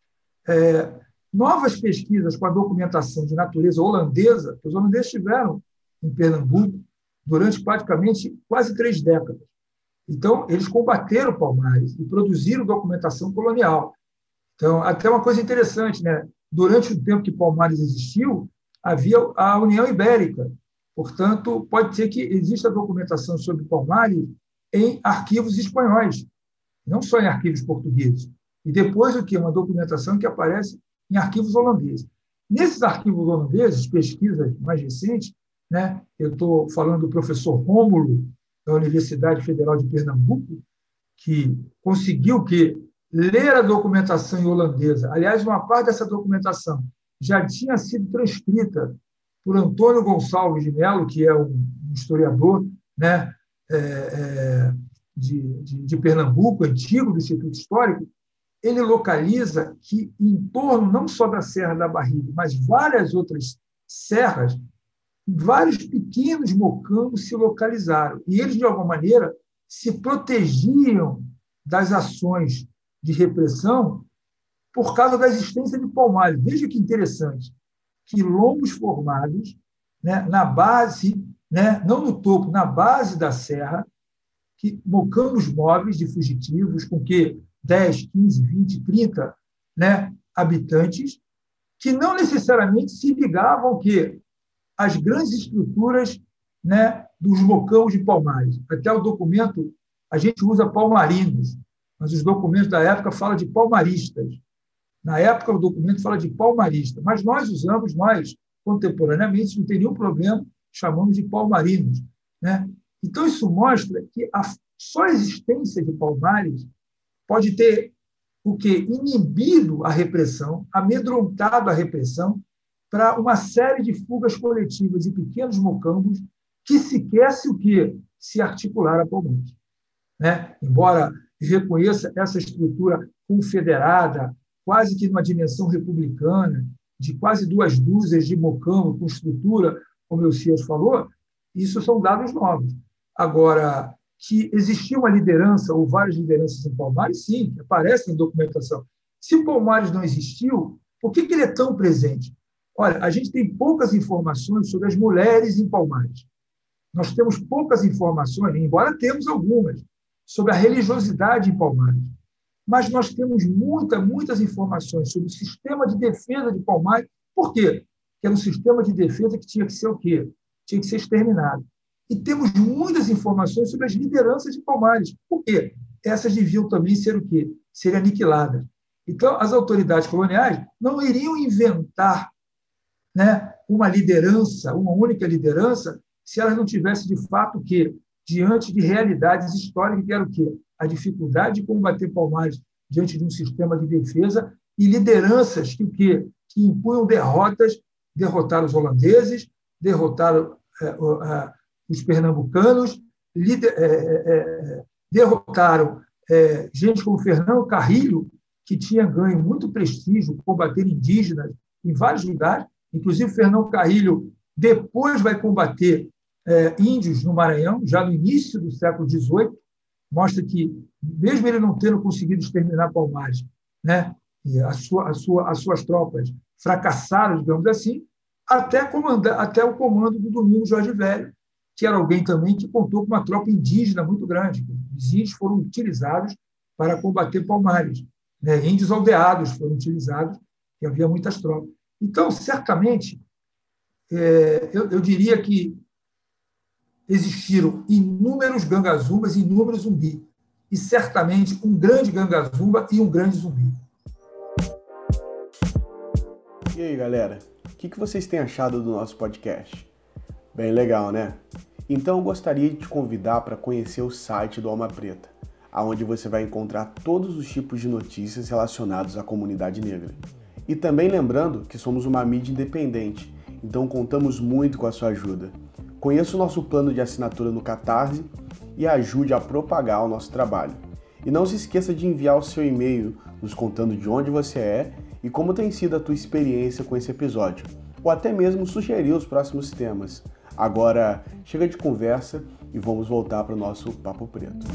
É, novas pesquisas com a documentação de natureza holandesa, que os holandeses tiveram em Pernambuco durante praticamente quase três décadas. Então, eles combateram Palmares e produziram documentação colonial. Então, até uma coisa interessante, né? Durante o tempo que Palmares existiu, havia a União Ibérica. Portanto, pode ser que exista documentação sobre Palmares em arquivos espanhóis, não só em arquivos portugueses. E depois o que? Uma documentação que aparece em arquivos holandeses. Nesses arquivos holandeses, pesquisas mais recentes, né, eu estou falando do professor Rômulo, da Universidade Federal de Pernambuco, que conseguiu que ler a documentação em holandesa. Aliás, uma parte dessa documentação já tinha sido transcrita por Antônio Gonçalves de Mello, que é um historiador, né, é, é, de, de, de Pernambuco, antigo do Instituto Histórico. Ele localiza que, em torno não só da Serra da Barriga, mas várias outras serras, vários pequenos mocambos se localizaram. E eles, de alguma maneira, se protegiam das ações de repressão por causa da existência de Palmares. Veja que interessante. Quilombos formados, né, na base, né, não no topo, na base da serra, que, mocambos móveis de fugitivos, com que dez, quinze, vinte, trinta, né, habitantes, que não necessariamente se ligavam ao quê? Às grandes estruturas, né, dos mocambos de Palmares. Até o documento, a gente usa palmarinos, mas os documentos da época falam de palmaristas. Na época, o documento fala de palmarista, mas nós usamos, nós, contemporaneamente, não tem nenhum problema, chamamos de palmarinos, né? Então, isso mostra que a só a existência de Palmares pode ter o quê? Inibido a repressão, amedrontado a repressão para uma série de fugas coletivas e pequenos mocambos que sequer se o quê? Se articular a Palmares, né? Embora reconheça essa estrutura confederada, quase que numa dimensão republicana, de quase duas dúzias de mocambo com estrutura, como o Elcias falou, isso são dados novos. Agora, que existia uma liderança, ou várias lideranças em Palmares, sim, aparece em documentação. Se o Palmares não existiu, por que, que ele é tão presente? Olha, a gente tem poucas informações sobre as mulheres em Palmares. Nós temos poucas informações, embora temos algumas, sobre a religiosidade em Palmares. Mas nós temos muita, muitas informações sobre o sistema de defesa de Palmares. Por quê? Porque era um sistema de defesa que tinha que ser o quê? Tinha que ser exterminado. E temos muitas informações sobre as lideranças de Palmares. Por quê? Essas deviam também ser o quê? Serem aniquiladas. Então, as autoridades coloniais não iriam inventar, né, uma liderança, uma única liderança, se elas não tivessem, de fato, o quê? Diante de realidades históricas, que era o quê? A dificuldade de combater Palmares diante de um sistema de defesa e lideranças que, o quê? Que impunham derrotas, derrotaram os holandeses, derrotaram é, é, os pernambucanos, lider, é, é, derrotaram é, gente como Fernão Carrilho, que tinha ganho muito prestígio combater indígenas em vários lugares, inclusive Fernão Carrilho depois vai combater é, índios no Maranhão, já no início do século dezoito, mostra que, mesmo ele não tendo conseguido exterminar Palmares, né, e a sua, a sua, as suas tropas fracassaram, digamos assim, até, comandar, até o comando do Domingos Jorge Velho, que era alguém também que contou com uma tropa indígena muito grande. Os índios foram utilizados para combater Palmares. Né? Índios aldeados foram utilizados, e havia muitas tropas. Então, certamente, é, eu, eu diria que existiram inúmeros gangazumbas e inúmeros zumbis. E, certamente, um grande gangazumba e um grande zumbi. E aí, galera? O que vocês têm achado do nosso podcast? Bem legal, né? Então, eu gostaria de te convidar para conhecer o site do Alma Preta, onde você vai encontrar todos os tipos de notícias relacionados à comunidade negra. E também lembrando que somos uma mídia independente, então contamos muito com a sua ajuda. Conheça o nosso plano de assinatura no Catarse e ajude a propagar o nosso trabalho. E não se esqueça de enviar o seu e-mail nos contando de onde você é e como tem sido a tua experiência com esse episódio, ou até mesmo sugerir os próximos temas. Agora, chega de conversa e vamos voltar para o nosso Papo Preto.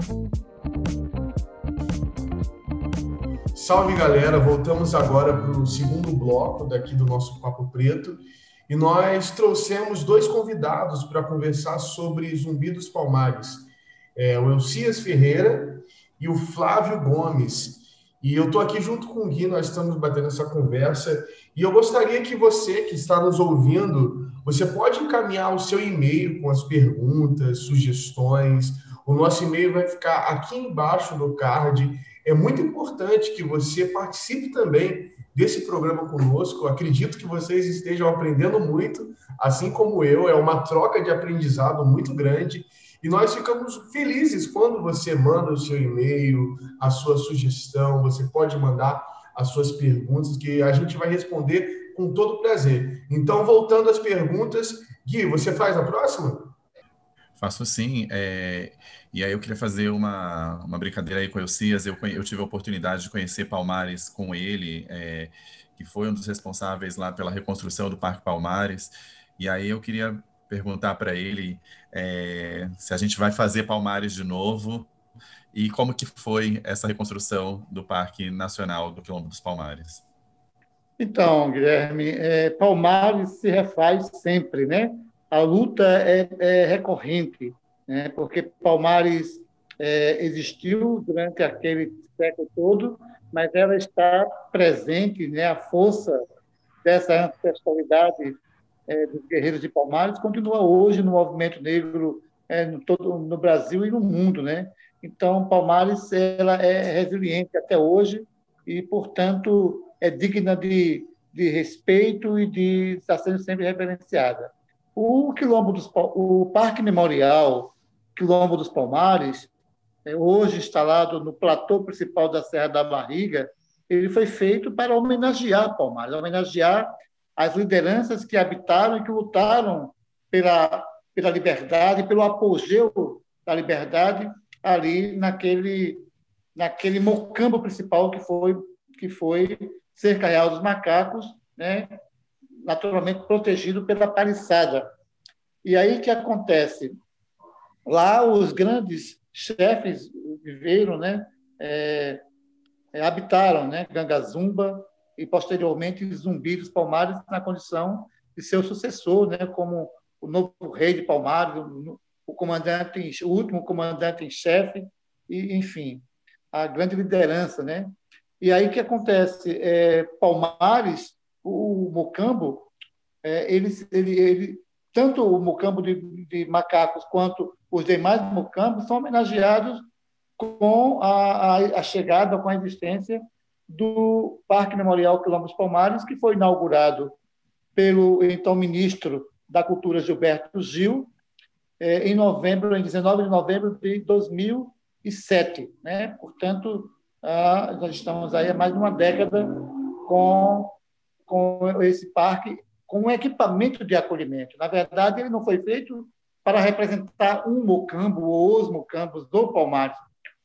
Salve, galera! Voltamos agora para o segundo bloco daqui do nosso Papo Preto e nós trouxemos dois convidados para conversar sobre Zumbi dos Palmares, é, o Elcias Ferreira e o Flávio Gomes. E eu estou aqui junto com o Gui, nós estamos batendo essa conversa e eu gostaria que você que está nos ouvindo, você pode encaminhar o seu e-mail com as perguntas, sugestões. O nosso e-mail vai ficar aqui embaixo do card. É muito importante que você participe também desse programa conosco. Eu acredito que vocês estejam aprendendo muito, assim como eu. É uma troca de aprendizado muito grande. E nós ficamos felizes quando você manda o seu e-mail, a sua sugestão. Você pode mandar as suas perguntas, que a gente vai responder com todo prazer. Então, voltando às perguntas, Gui, você faz a próxima? Faço sim. É... E aí eu queria fazer uma, uma brincadeira aí com o Elcias. Eu, eu tive a oportunidade de conhecer Palmares com ele, é, que foi um dos responsáveis lá pela reconstrução do Parque Palmares. E aí eu queria perguntar para ele é, se a gente vai fazer Palmares de novo e como que foi essa reconstrução do Parque Nacional do Quilombo dos Palmares. Então, Guilherme, é, Palmares se refaz sempre, né? A luta é, é recorrente, né? Porque Palmares é, existiu durante aquele século todo, mas ela está presente, né? A força dessa ancestralidade é, dos guerreiros de Palmares continua hoje no movimento negro é, no, todo, no Brasil e no mundo, né? Então, Palmares ela é resiliente até hoje e, portanto, é digna de, de respeito e de estar sendo sempre reverenciada. O Quilombo dos, o Parque Memorial Quilombo dos Palmares, é, hoje instalado no platô principal da Serra da Barriga, ele foi feito para homenagear Palmares, homenagear as lideranças que habitaram e que lutaram pela, pela liberdade, pelo apogeu da liberdade ali naquele, naquele mocambo principal que foi, que foi Cerca Real dos Macacos, né? Naturalmente protegido pela paliçada. E aí o que acontece? Lá os grandes chefes viveram, né? É, é, habitaram, né? Gangazumba, e, posteriormente, Zumbi dos Palmares na condição de seu sucessor, né, como o novo rei de Palmares, o, o, comandante, o último comandante em chefe, e, enfim, a grande liderança. Né? E aí o que acontece? É, Palmares, o, o Mocambo, é, ele, ele, ele, tanto o Mocambo de, de macacos quanto os demais Mocambos são homenageados com a, a, a chegada, com a existência do Parque Memorial Quilombo dos Palmares, que foi inaugurado pelo então ministro da Cultura, Gilberto Gil, eh, em novembro, em dezenove de novembro de dois mil e sete. Né? Portanto, ah, nós estamos aí há mais de uma década com, com esse parque, com um equipamento de acolhimento. Na verdade, ele não foi feito para representar um mocambo ou os mocambos do Palmares.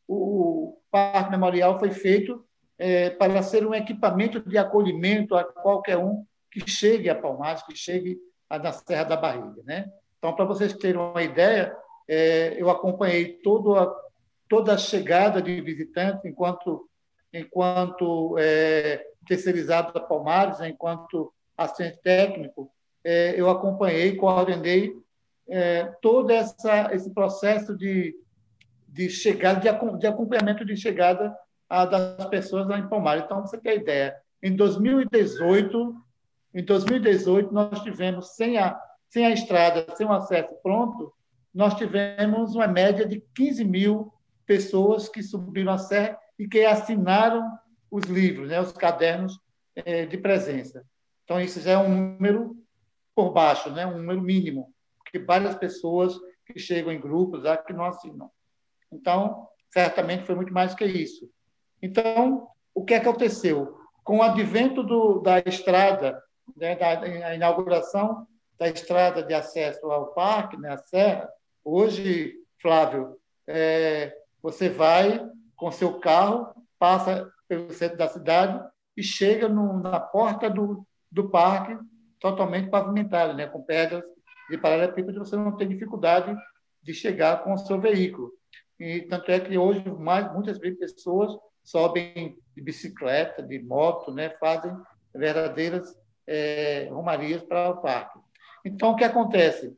O Parque Memorial foi feito é, para ser um equipamento de acolhimento a qualquer um que chegue a Palmares, que chegue na Serra da Barriga. Né? Então, para vocês terem uma ideia, é, eu acompanhei todo a, toda a chegada de visitantes enquanto, enquanto é, terceirizado da Palmares, enquanto assistente técnico, é, eu acompanhei, coordenei é, todo essa, esse processo de de chegada, de acompanhamento de chegada das pessoas lá em Palmares. Então, você tem ideia, em dois mil e dezoito, em dois mil e dezoito nós tivemos, sem a, sem a estrada, sem o acesso pronto, nós tivemos uma média de quinze mil pessoas que subiram a serra e que assinaram os livros, né, os cadernos eh, de presença. Então, isso já é um número por baixo, né, um número mínimo, porque várias pessoas que chegam em grupos lá que não assinam. Então, certamente foi muito mais que isso. Então, o que aconteceu? Com o advento do, da estrada, né, da a inauguração da estrada de acesso ao parque, né, a serra, hoje, Flávio, é, você vai com seu carro, passa pelo centro da cidade e chega no, na porta do, do parque totalmente pavimentado, né, com pedras de paralelepípedo, você não tem dificuldade de chegar com o seu veículo. E tanto é que hoje mais, muitas pessoas sobem de bicicleta, de moto, né, fazem verdadeiras é, romarias para o parque. Então, o que acontece?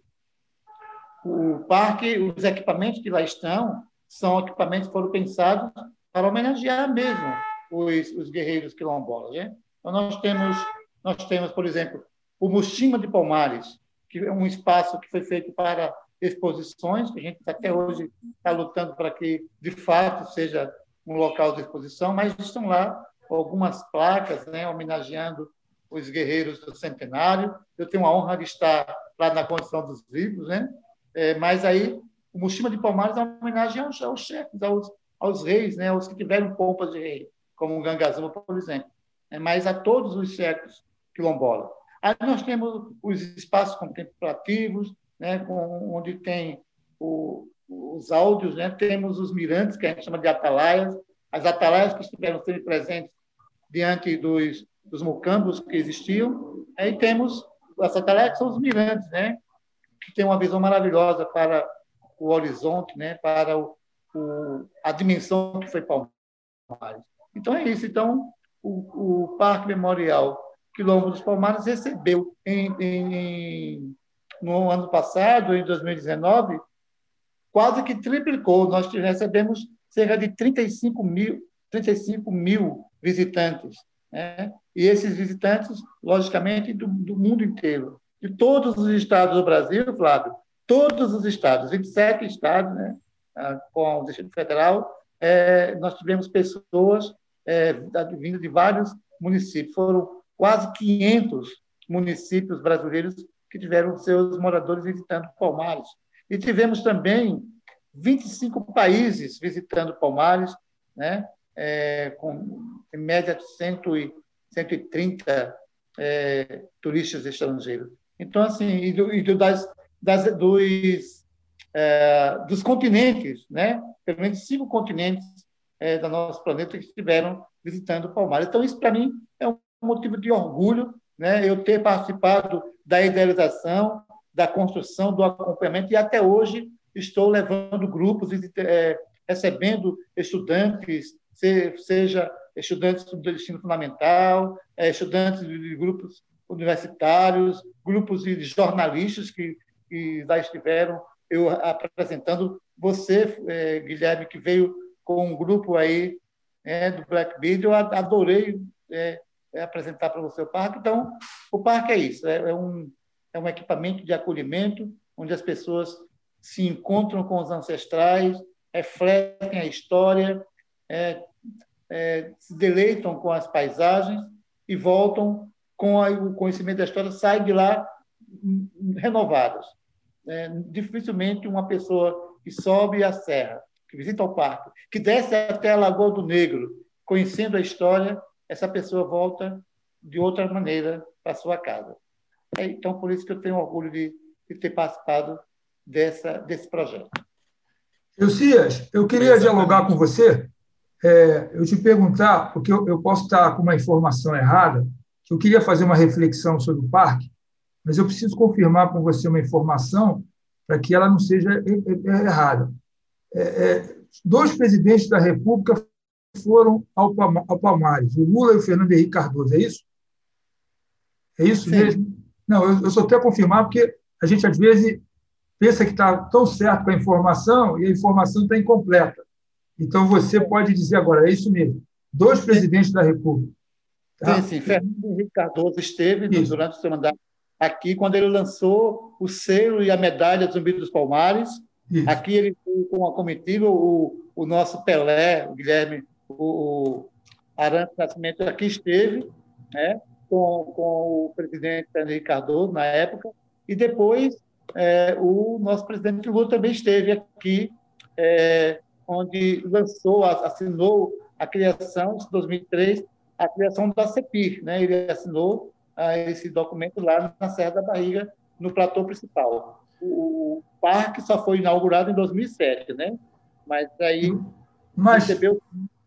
O parque, os equipamentos que lá estão, são equipamentos que foram pensados para homenagear mesmo os, os guerreiros quilombolas. Né? Então, nós temos, nós temos, por exemplo, o Muxima de Palmares, que é um espaço que foi feito para exposições, que a gente até hoje está lutando para que, de fato, seja um local de exposição, mas estão lá algumas placas, né, homenageando os guerreiros do centenário. Eu tenho a honra de estar lá na condição dos vivos, né? É, mas aí o Muxima de Palmares é uma homenagem aos, aos chefes, aos, aos reis, né, aos que tiveram pompas de rei, como o Gangazuma, por exemplo, é, mas a todos os chefes quilombolas. Aí nós temos os espaços contemplativos, né, com, onde tem o, os áudios, né, temos os mirantes, que a gente chama de atalaias, as atalaias que estiveram sempre presentes diante dos, dos mocambos que existiam, aí temos as atalaias que são os mirantes, né, que tem uma visão maravilhosa para o horizonte, né, para o, o, a dimensão que foi Palmares. Então é isso. Então o, o Parque Memorial Quilombo dos Palmares recebeu em, em, no ano passado, em dois mil e dezenove, quase que triplicou. Nós recebemos cerca de trinta e cinco mil, trinta e cinco mil visitantes, né? E esses visitantes, logicamente, do, do mundo inteiro, de todos os estados do Brasil, Flávio, todos os estados, vinte e sete estados, né, com o Distrito Federal, é, nós tivemos pessoas é, vindas de vários municípios. Foram quase quinhentos municípios brasileiros que tiveram seus moradores visitando Palmares. E tivemos também vinte e cinco países visitando Palmares, né, é, com, em média, cento e trinta é, turistas estrangeiros. Então, assim, e, do, e do, das, das, dos, é, dos continentes, né, pelo menos cinco continentes é, do nosso planeta que estiveram visitando Palmares. Então, isso, para mim, é um motivo de orgulho, né, eu ter participado da idealização, da construção, do acompanhamento, e até hoje estou levando grupos, é, recebendo estudantes, seja estudantes do ensino fundamental, estudantes de grupos universitários, grupos de jornalistas que, que já estiveram eu apresentando. Você, Guilherme, que veio com um grupo aí é, do Blackbeard, eu adorei é, apresentar para você o parque. Então, o parque é isso, é, é, um, é um equipamento de acolhimento, onde as pessoas se encontram com os ancestrais, refletem a história, é, é, se deleitam com as paisagens e voltam com a, o conhecimento da história, saem de lá renovadas. É, dificilmente uma pessoa que sobe a serra, que visita o parque, que desce até a Lagoa do Negro, conhecendo a história, essa pessoa volta de outra maneira para a sua casa. É, então, por isso que eu tenho orgulho de, de ter participado dessa, desse projeto. Eucias, eu queria dialogar com você, é, eu te perguntar, porque eu, eu posso estar com uma informação errada, que eu queria fazer uma reflexão sobre o parque, mas eu preciso confirmar com você uma informação para que ela não seja errada. É, é, dois presidentes da República foram ao, ao Palmares, o Lula e o Fernando Henrique Cardoso, é isso? É isso Sim. mesmo? Não, eu, eu só quero confirmar, porque a gente, às vezes, pensa que está tão certo com a informação e a informação está incompleta. Então, você pode dizer agora, é isso mesmo, dois presidentes da República. Tá? Sim, sim. Fernando Henrique Cardoso esteve isso. durante o seu mandato aqui, quando ele lançou o selo e a medalha Zumbi dos Palmares. Isso. Aqui ele foi com a comitiva, o, o nosso Pelé, o Guilherme, o, o Arantes Nascimento aqui esteve, né, com, com o presidente Henrique Cardoso, na época, e depois é, o nosso presidente Lula também esteve aqui, é, onde lançou, assinou a criação, em dois mil e três, a criação da CEPIR, né? Ele assinou ah, esse documento lá na Serra da Barriga, no platô principal. O, o parque só foi inaugurado em dois mil e sete, né? Mas aí mas, recebeu...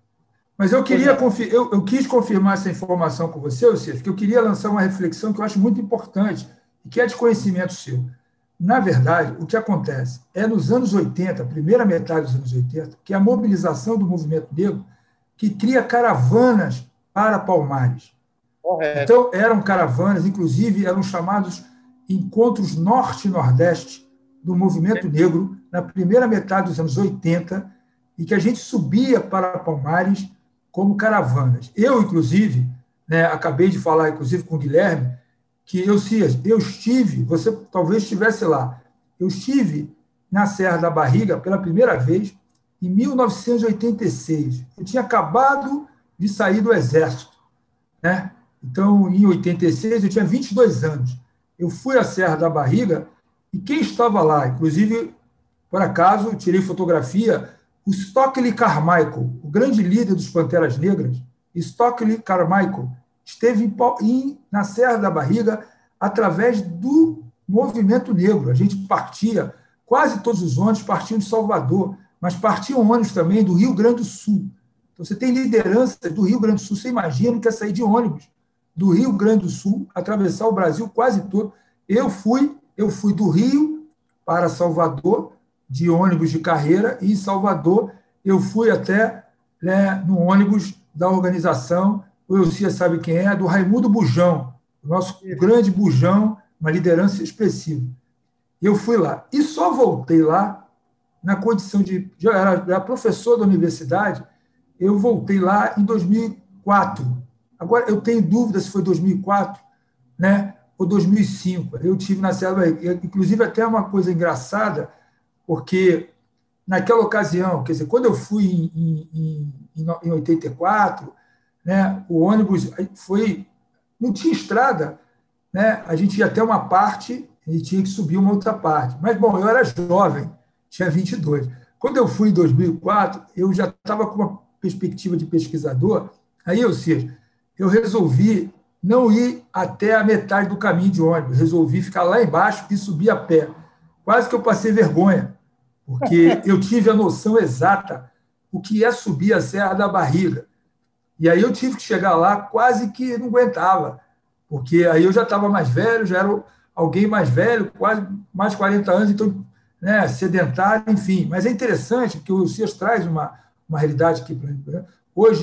Mas eu queria confir, eu, eu quis confirmar essa informação com você, Eucídio, porque eu queria lançar uma reflexão que eu acho muito importante e que é de conhecimento seu. Na verdade, o que acontece é nos anos oitenta, a primeira metade dos anos oitenta, que é a mobilização do movimento negro que cria caravanas para Palmares. Correto. Então, eram caravanas, inclusive, eram chamados encontros norte e nordeste do movimento negro na primeira metade dos anos oitenta, e que a gente subia para Palmares como caravanas. Eu, inclusive, né, acabei de falar, inclusive, com o Guilherme, que eu, eu estive, você talvez estivesse lá, eu estive na Serra da Barriga pela primeira vez em mil novecentos e oitenta e seis. Eu tinha acabado de sair do Exército, né? Então, em oitenta e seis, eu tinha vinte e dois anos. Eu fui à Serra da Barriga e quem estava lá, inclusive, por acaso, tirei fotografia, o Stockley Carmichael, o grande líder dos Panteras Negras, Stockley Carmichael, esteve em, em, na Serra da Barriga através do movimento negro. A gente partia, quase todos os ônibus partiam de Salvador, mas partiam ônibus também do Rio Grande do Sul. Então, você tem liderança do Rio Grande do Sul, você imagina que é sair de ônibus do Rio Grande do Sul, atravessar o Brasil quase todo. Eu fui, eu fui do Rio para Salvador, de ônibus de carreira, e em Salvador eu fui até, né, no ônibus da organização, o Eucia sabe quem é, do Raimundo Bujão, o nosso grande Bujão, uma liderança expressiva. Eu fui lá. E só voltei lá na condição de... Já era, era professor da universidade, eu voltei lá em dois mil e quatro. Agora, eu tenho dúvida se foi dois mil e quatro, né, ou dois mil e cinco. Eu tive na Serra da Barriga. Inclusive, até uma coisa engraçada, porque naquela ocasião, quer dizer, quando eu fui em, em, em, em oitenta e quatro, né, o ônibus foi... Não tinha estrada, né, a gente ia até uma parte e tinha que subir uma outra parte. Mas, bom, eu era jovem, tinha vinte e dois. Quando eu fui em dois mil e quatro, eu já estava com uma perspectiva de pesquisador. Aí, ou seja, eu resolvi não ir até a metade do caminho de ônibus, resolvi ficar lá embaixo e subir a pé. Quase que eu passei vergonha, porque eu tive a noção exata o que é subir a Serra da Barriga. E aí eu tive que chegar lá quase que não aguentava, porque aí eu já estava mais velho, já era alguém mais velho, quase mais de quarenta anos, então, né, sedentário, enfim. Mas é interessante que o Cias traz uma, uma realidade aqui para a gente. Hoje,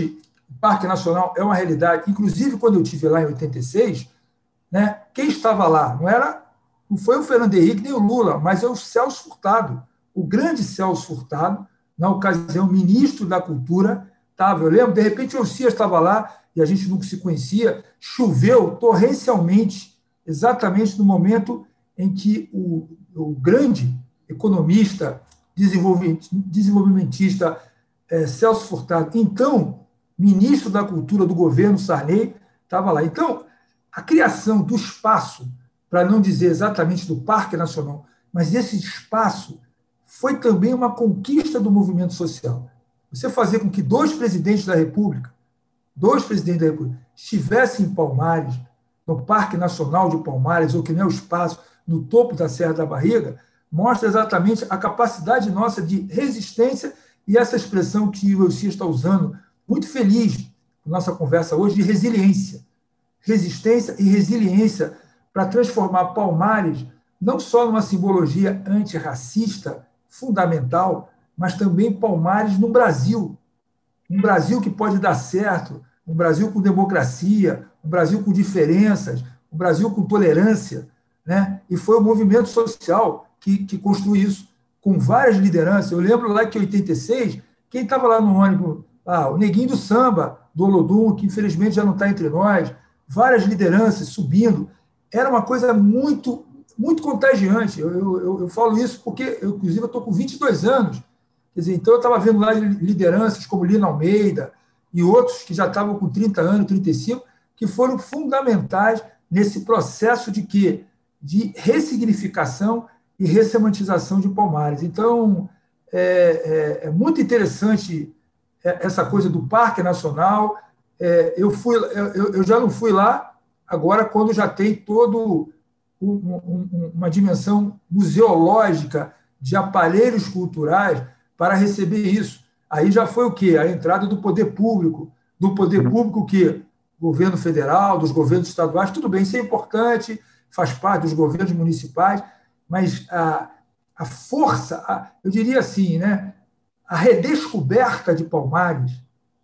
o Parque Nacional é uma realidade. Inclusive, quando eu estive lá em oitenta e seis, né, quem estava lá não, era, não foi o Fernando Henrique nem o Lula, mas é o Celso Furtado, o grande Celso Furtado, na ocasião, ministro da Cultura, estava, eu lembro, de repente o Elcias estava lá e a gente nunca se conhecia, choveu torrencialmente, exatamente no momento em que o, o grande economista, desenvolvimentista é, Celso Furtado, então ministro da Cultura do governo Sarney, estava lá. Então, a criação do espaço, para não dizer exatamente do Parque Nacional, mas esse espaço foi também uma conquista do movimento social. Você fazer com que dois presidentes da República, dois presidentes da República, estivessem em Palmares, no Parque Nacional de Palmares, ou que nem é o espaço, no topo da Serra da Barriga, mostra exatamente a capacidade nossa de resistência e essa expressão que o Elcias está usando, muito feliz na nossa conversa hoje, de resiliência. Resistência e resiliência para transformar Palmares não só numa simbologia antirracista fundamental, mas também Palmares no Brasil. Um Brasil que pode dar certo, um Brasil com democracia, um Brasil com diferenças, um Brasil com tolerância, né? E foi o movimento social que, que construiu isso, com várias lideranças. Eu lembro lá que em oitenta e seis, quem estava lá no ônibus, ah, o Neguinho do Samba, do Olodum, que infelizmente já não está entre nós, várias lideranças subindo, era uma coisa muito, muito contagiante. Eu, eu, eu falo isso porque, eu, inclusive, eu estou com vinte e dois anos, quer dizer, então eu estava vendo lá lideranças como Lina Almeida e outros que já estavam com trinta anos, trinta e cinco, que foram fundamentais nesse processo de quê? De ressignificação e ressemantização de Palmares. Então, é, é, é muito interessante essa coisa do Parque Nacional. É, eu, fui, eu, eu já não fui lá, agora quando já tem todo um, um, uma dimensão museológica de aparelhos culturais para receber isso. Aí já foi o quê? A entrada do poder público, do poder público que governo federal, dos governos estaduais, tudo bem, isso é importante, faz parte dos governos municipais, mas a, a força, a, eu diria assim, né, a redescoberta de Palmares,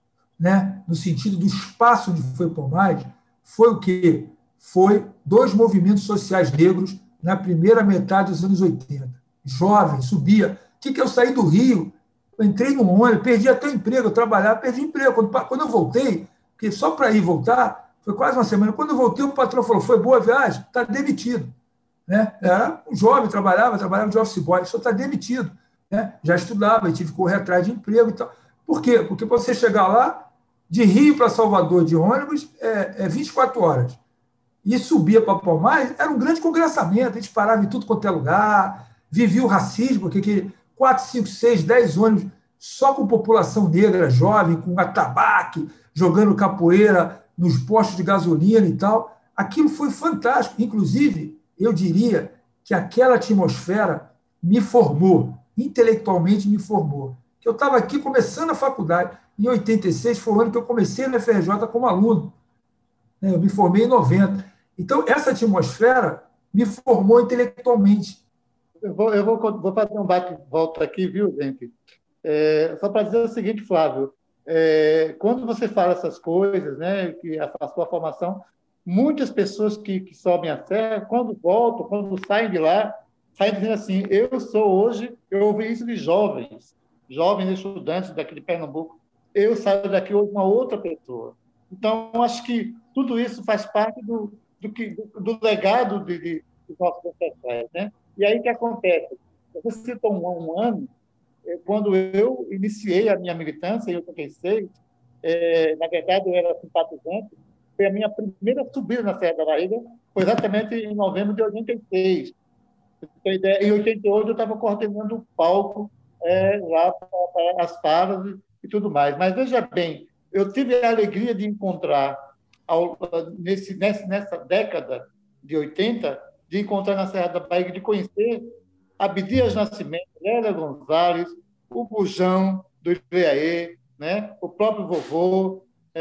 né, no sentido do espaço onde foi Palmares, foi o quê? Foi dois movimentos sociais negros na primeira metade dos anos oitenta. Jovem, subia. O que, que eu saí do Rio? Eu entrei no ônibus, perdi até o emprego, eu trabalhava, perdi emprego. Quando, quando eu voltei, porque só para ir voltar, foi quase uma semana. Quando eu voltei, o patrão falou, foi boa a viagem? Está demitido. Né? Era um jovem, trabalhava, trabalhava de office boy, só está demitido. Né? Já estudava, e tive que correr atrás de emprego e tal. Por quê? Porque para você chegar lá, de Rio para Salvador de ônibus, é, é vinte e quatro horas. E subia para Palmares, era um grande congressamento, a gente parava em tudo quanto é lugar, vivia o racismo, porque quatro, cinco, seis, dez ônibus só com população negra, jovem, com atabaque, jogando capoeira nos postos de gasolina e tal. Aquilo foi fantástico. Inclusive, eu diria que aquela atmosfera me formou, intelectualmente me formou. Eu estava aqui começando a faculdade. Em oitenta e seis foi o ano que eu comecei na F R J como aluno. Eu me formei em noventa. Então, essa atmosfera me formou intelectualmente. Eu vou, eu vou, vou fazer um bate-volta aqui, viu, gente? É, só para dizer o seguinte, Flávio, é, quando você fala essas coisas, né, que a, a sua formação, muitas pessoas que, que sobem a serra, quando voltam, quando saem de lá, saem dizendo assim, eu sou hoje, eu ouvi isso de jovens, jovens estudantes daqui de Pernambuco, eu saio daqui hoje uma outra pessoa. Então, acho que tudo isso faz parte do, do, que, do, do legado de, de, dos nossos ancestrais, né? E aí o que acontece? Você citou um, um ano, quando eu iniciei a minha militância, em oitenta e seis, é, na verdade eu era simpatizante, foi a minha primeira subida na Serra da Barriga, foi exatamente em novembro de oitenta e seis. Em oitenta e oito eu estava coordenando o palco é, lá para as falas e tudo mais. Mas veja bem, eu tive a alegria de encontrar, ao, nesse, nessa década de oitenta, de encontrar na Serra da Barriga, de conhecer Abdias Nascimento, Lélia Gonzalez, o Bujão do Iveaê, né? O próprio vovô,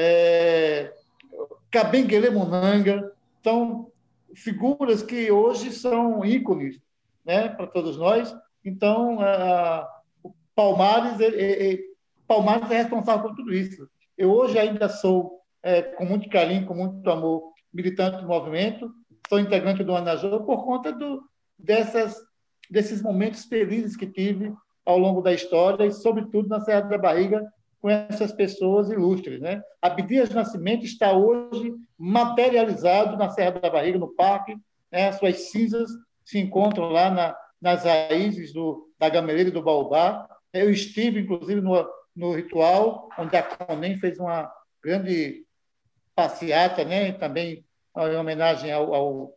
é, Cabenguele Munanga, são figuras que hoje são ícones, né, para todos nós. Então, a, o Palmares, ele, ele, Palmares é responsável por tudo isso. Eu hoje ainda sou, é, com muito carinho, com muito amor, militante do movimento, sou integrante do Anajor por conta do, dessas, desses momentos felizes que tive ao longo da história e, sobretudo, na Serra da Barriga, com essas pessoas ilustres, né? Abdias Nascimento está hoje materializado na Serra da Barriga, no parque, né? As suas cinzas se encontram lá na, nas raízes do, da Gameleira e do Baobá. Eu estive, inclusive, no, no ritual, onde a CONEM fez uma grande passeata, né? Também em homenagem ao, ao,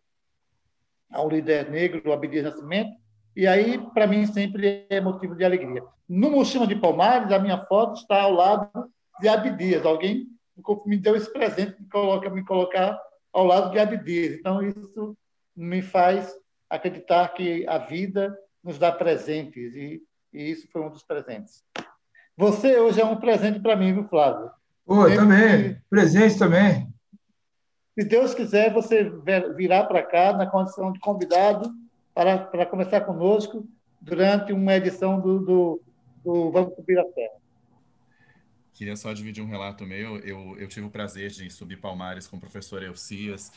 ao líder negro, do Abdias Nascimento. E aí, para mim, sempre é motivo de alegria. No Mochima de Palmares, a minha foto está ao lado de Abdias. Alguém me deu esse presente de colocar, me colocar ao lado de Abdias. Então, isso me faz acreditar que a vida nos dá presentes, e, e isso foi um dos presentes. Você hoje é um presente para mim, viu, Flávio? Pô, também. Que, presente também. Se Deus quiser, você virá para cá na condição de convidado para, para conversar conosco durante uma edição do, do, do Vamos Subir a Serra. Queria só dividir um relato meu. Eu, eu tive o prazer de subir Palmares com o professor Elcias,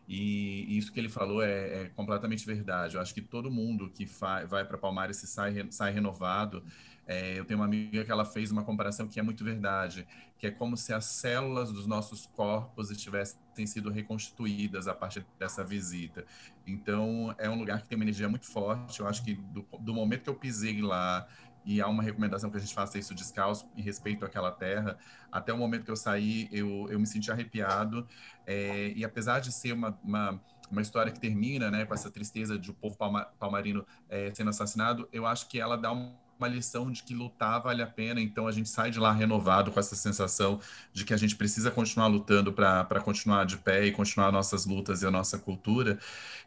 e isso que ele falou é, é completamente verdade. Eu acho que todo mundo que vai para Palmares se sai, sai renovado. É, eu tenho uma amiga que ela fez uma comparação que é muito verdade, que é como se as células dos nossos corpos estivessem sido reconstituídas a partir dessa visita. Então, é um lugar que tem uma energia muito forte. Eu acho que do, do momento que eu pisei lá, e há uma recomendação que a gente faça isso descalço, em respeito àquela terra, até o momento que eu saí, eu, eu me senti arrepiado. É, e apesar de ser uma, uma, uma história que termina, né, com essa tristeza de o povo palma, palmarino é, sendo assassinado, eu acho que ela dá um uma lição de que lutar vale a pena. Então a gente sai de lá renovado com essa sensação de que a gente precisa continuar lutando para continuar de pé e continuar nossas lutas e a nossa cultura.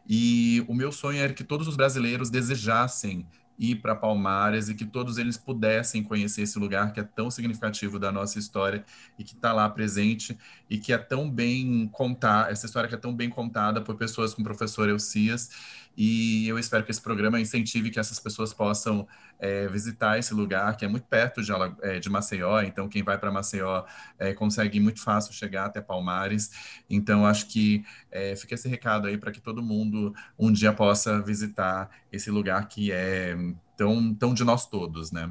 E o meu sonho era que todos os brasileiros desejassem ir para Palmares e que todos eles pudessem conhecer esse lugar que é tão significativo da nossa história e que está lá presente e que é tão bem contada, essa história que é tão bem contada por pessoas como o professor Elcias. E eu espero que esse programa incentive que essas pessoas possam é, visitar esse lugar, que é muito perto de, é, de Maceió. Então, quem vai para Maceió é, consegue muito fácil chegar até Palmares. Então, acho que é, fica esse recado aí para que todo mundo um dia possa visitar esse lugar que é tão, tão de nós todos, né?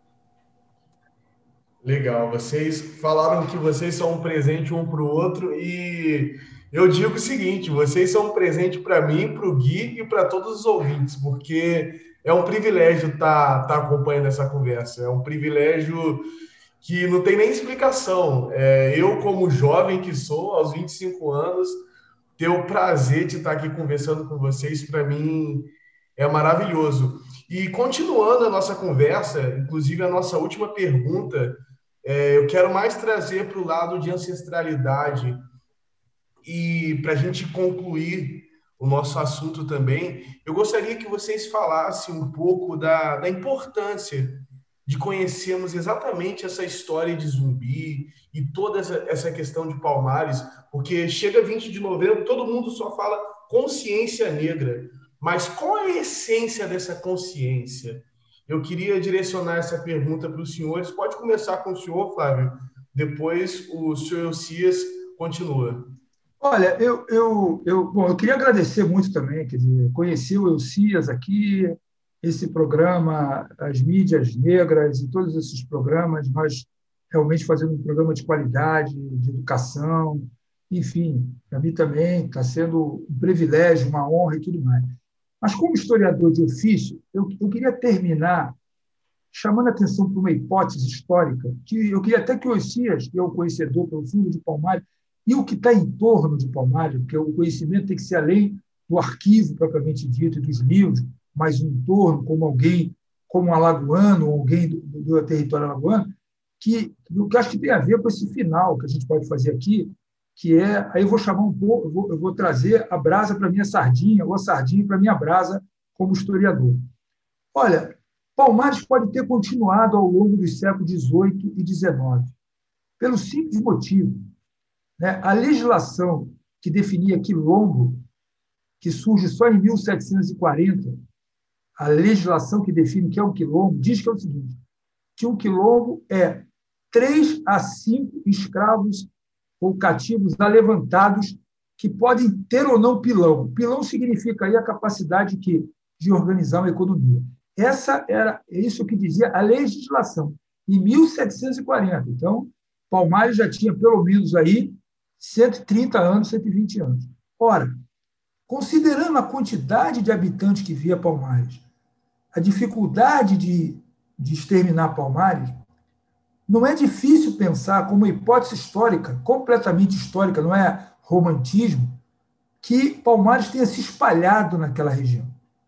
Legal. Vocês falaram que vocês são um presente um para o outro, e eu digo o seguinte: vocês são um presente para mim, para o Gui e para todos os ouvintes, porque é um privilégio estar tá, tá acompanhando essa conversa. É um privilégio que não tem nem explicação. É, eu, como jovem que sou, aos vinte e cinco anos, ter o prazer de estar aqui conversando com vocês, para mim, é maravilhoso. E continuando a nossa conversa, inclusive a nossa última pergunta, é, eu quero mais trazer para o lado de ancestralidade, e para a gente concluir o nosso assunto também, eu gostaria que vocês falassem um pouco da, da importância de conhecermos exatamente essa história de Zumbi e toda essa, essa questão de Palmares, porque chega vinte de novembro, todo mundo só fala consciência negra, mas qual é a essência dessa consciência? Eu queria direcionar essa pergunta para os senhores. Pode começar com o senhor, Flávio, depois o senhor Elcias continua. Olha, eu, eu, eu, bom, eu queria agradecer muito também, quer dizer, conhecer o Elcias aqui, esse programa, as mídias negras e todos esses programas, nós realmente fazendo um programa de qualidade, de educação, enfim, para mim também está sendo um privilégio, uma honra e tudo mais. Mas, como historiador de ofício, eu, eu queria terminar chamando a atenção para uma hipótese histórica, que eu queria até que o Elcias, que é o conhecedor profundo de Palmares, e o que está em torno de Palmares, porque o conhecimento tem que ser além do arquivo propriamente dito e dos livros, mas um entorno, como alguém, como um alagoano, ou alguém do, do território alagoano, que, que acho que tem a ver com esse final que a gente pode fazer aqui, que é, aí eu vou chamar um pouco, eu vou, eu vou trazer a brasa para a minha sardinha, ou a sardinha para a minha brasa como historiador. Olha, Palmares pode ter continuado ao longo dos séculos dezoito e dezenove, pelo simples motivo, né? A legislação que definia quilombo, que surge só em mil setecentos e quarenta, a legislação que define o que é um quilombo, diz que é o seguinte, que um quilombo é três a cinco escravos ou cativos alevantados que podem ter ou não pilão. Pilão significa aí a capacidade que, de organizar uma economia. Essa era é isso que dizia a legislação, em mil setecentos e quarenta. Então, Palmares já tinha pelo menos aí cento e trinta anos, cento e vinte anos. Ora, considerando a quantidade de habitantes que via Palmares, a dificuldade de, de exterminar Palmares, não é difícil pensar como hipótese histórica, completamente histórica, não é romantismo, que Palmares tenha se espalhado naquela região.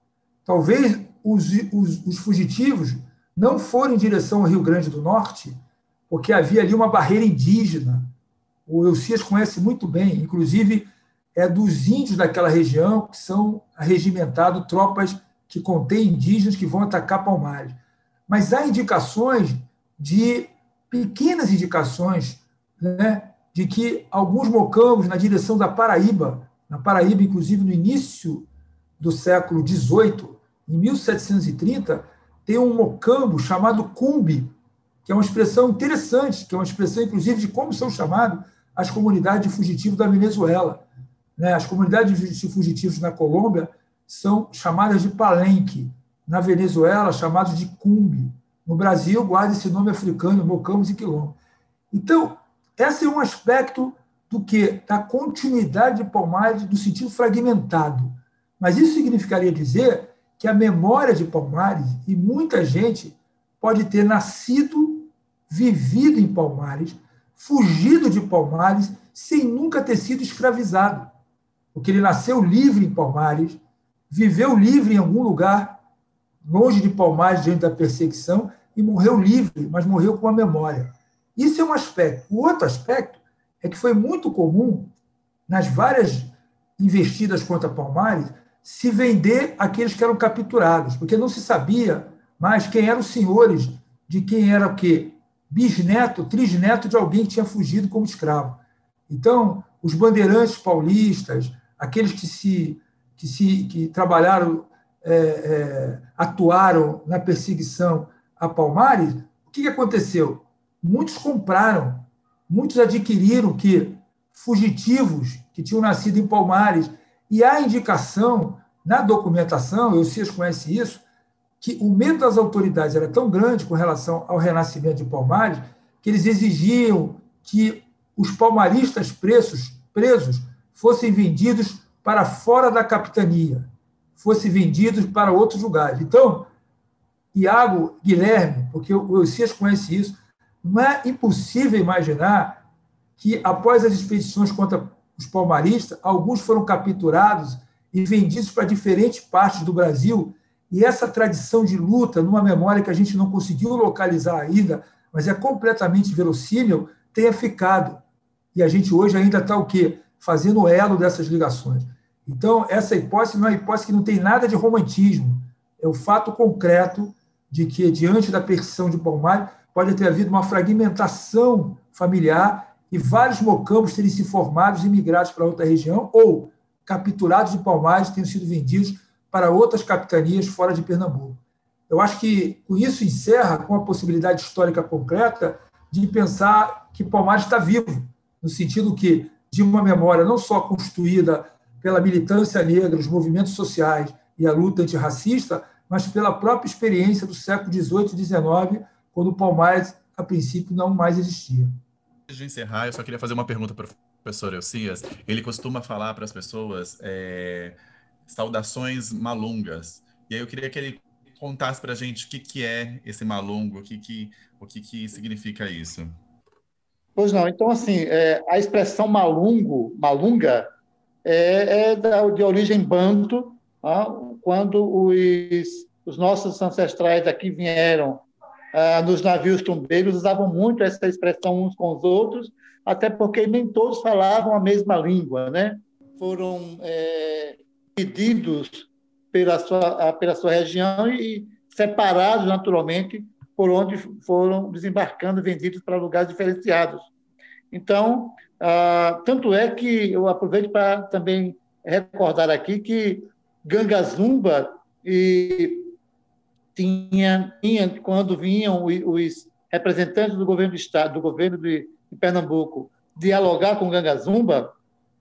Talvez os, os, os fugitivos não foram em direção ao Rio Grande do Norte, porque havia ali uma barreira indígena. O Elcias conhece muito bem, inclusive é dos índios daquela região que são arregimentados tropas que contêm indígenas que vão atacar Palmares. Mas há indicações de, pequenas indicações, né, de que alguns mocambos na direção da Paraíba, na Paraíba, inclusive no início do século dezoito, em mil setecentos e trinta, tem um mocambo chamado cumbi, que é uma expressão interessante, que é uma expressão, inclusive, de como são chamadas as comunidades de fugitivos da Venezuela. As comunidades de fugitivos na Colômbia são chamadas de palenque, na Venezuela, chamados de cumbi. No Brasil, guarda esse nome africano, mocambos e quilombos. Então, esse é um aspecto do que? Da continuidade de Palmares no sentido fragmentado. Mas isso significaria dizer que a memória de Palmares, e muita gente pode ter nascido, vivido em Palmares, fugido de Palmares, sem nunca ter sido escravizado. Porque ele nasceu livre em Palmares, viveu livre em algum lugar, longe de Palmares, diante da perseguição, e morreu livre, mas morreu com a memória. Isso é um aspecto. O outro aspecto é que foi muito comum, nas várias investidas contra Palmares, se vender aqueles que eram capturados, porque não se sabia mais quem eram os senhores, de quem era o quê? Bisneto, trisneto de alguém que tinha fugido como escravo. Então, os bandeirantes paulistas, aqueles que se que se que trabalharam, é, é, atuaram na perseguição a Palmares, o que aconteceu? Muitos compraram, muitos adquiriram que fugitivos que tinham nascido em Palmares, e há indicação na documentação, Elcias conhece isso, que o medo das autoridades era tão grande com relação ao renascimento de Palmares, que eles exigiam que os palmaristas presos, presos fossem vendidos para fora da capitania, fossem vendidos para outros lugares. Então, Iago, Guilherme, porque o Elcias conhece isso, não é impossível imaginar que, após as expedições contra os palmaristas, alguns foram capturados e vendidos para diferentes partes do Brasil, e essa tradição de luta, numa memória que a gente não conseguiu localizar ainda, mas é completamente verossímil, tenha ficado. E a gente hoje ainda está o quê? Fazendo o elo dessas ligações. Então, essa hipótese não é uma hipótese que não tem nada de romantismo. É o fato concreto de que, diante da perseguição de Palmares, pode ter havido uma fragmentação familiar e vários mocambos terem se formado e migrados para outra região, ou capturados de Palmares tenham sido vendidos para outras capitanias fora de Pernambuco. Eu acho que, com isso, encerra com a possibilidade histórica concreta de pensar que Palmares está vivo, no sentido que, de uma memória não só construída pela militância negra, os movimentos sociais e a luta antirracista, mas pela própria experiência do século dezoito e dezenove, quando Palmares, a princípio, não mais existia. Antes de encerrar, eu só queria fazer uma pergunta para o professor Elcias. Ele costuma falar para as pessoas é, saudações malungas. E aí eu queria que ele contasse para a gente o que, que é esse malungo, o que, que, o que, que significa isso. Pois não. Então, assim, é, a expressão malungo, malunga, é, é da, de origem banto, ah, quando os, os nossos ancestrais aqui vieram ah, nos navios tumbeiros, usavam muito essa expressão uns com os outros, até porque nem todos falavam a mesma língua, né? Foram é, divididos pela sua, pela sua região e separados, naturalmente, por onde foram desembarcando, vendidos para lugares diferenciados. Então, ah, tanto é que eu aproveito para também recordar aqui que Gangazumba e tinha, tinha, quando vinham os representantes do governo do Estado, do governo de, de Pernambuco, dialogar com o Gangazumba,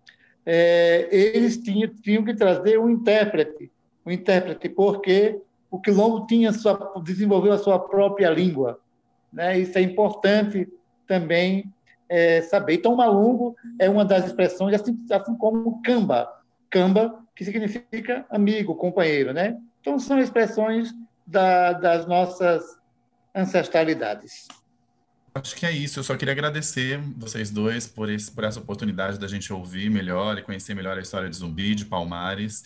é, eles tinham, tinham que trazer um intérprete, um intérprete, porque o Quilombo tinha sua, desenvolveu a sua própria língua, né? Isso é importante também é, saber. Então, Malungo é uma das expressões, assim, assim como Camba, Camba, que significa amigo, companheiro, né? Então, são expressões da, das nossas ancestralidades. Acho que é isso. Eu só queria agradecer vocês dois por, esse, por essa oportunidade da gente ouvir melhor e conhecer melhor a história de Zumbi, de Palmares.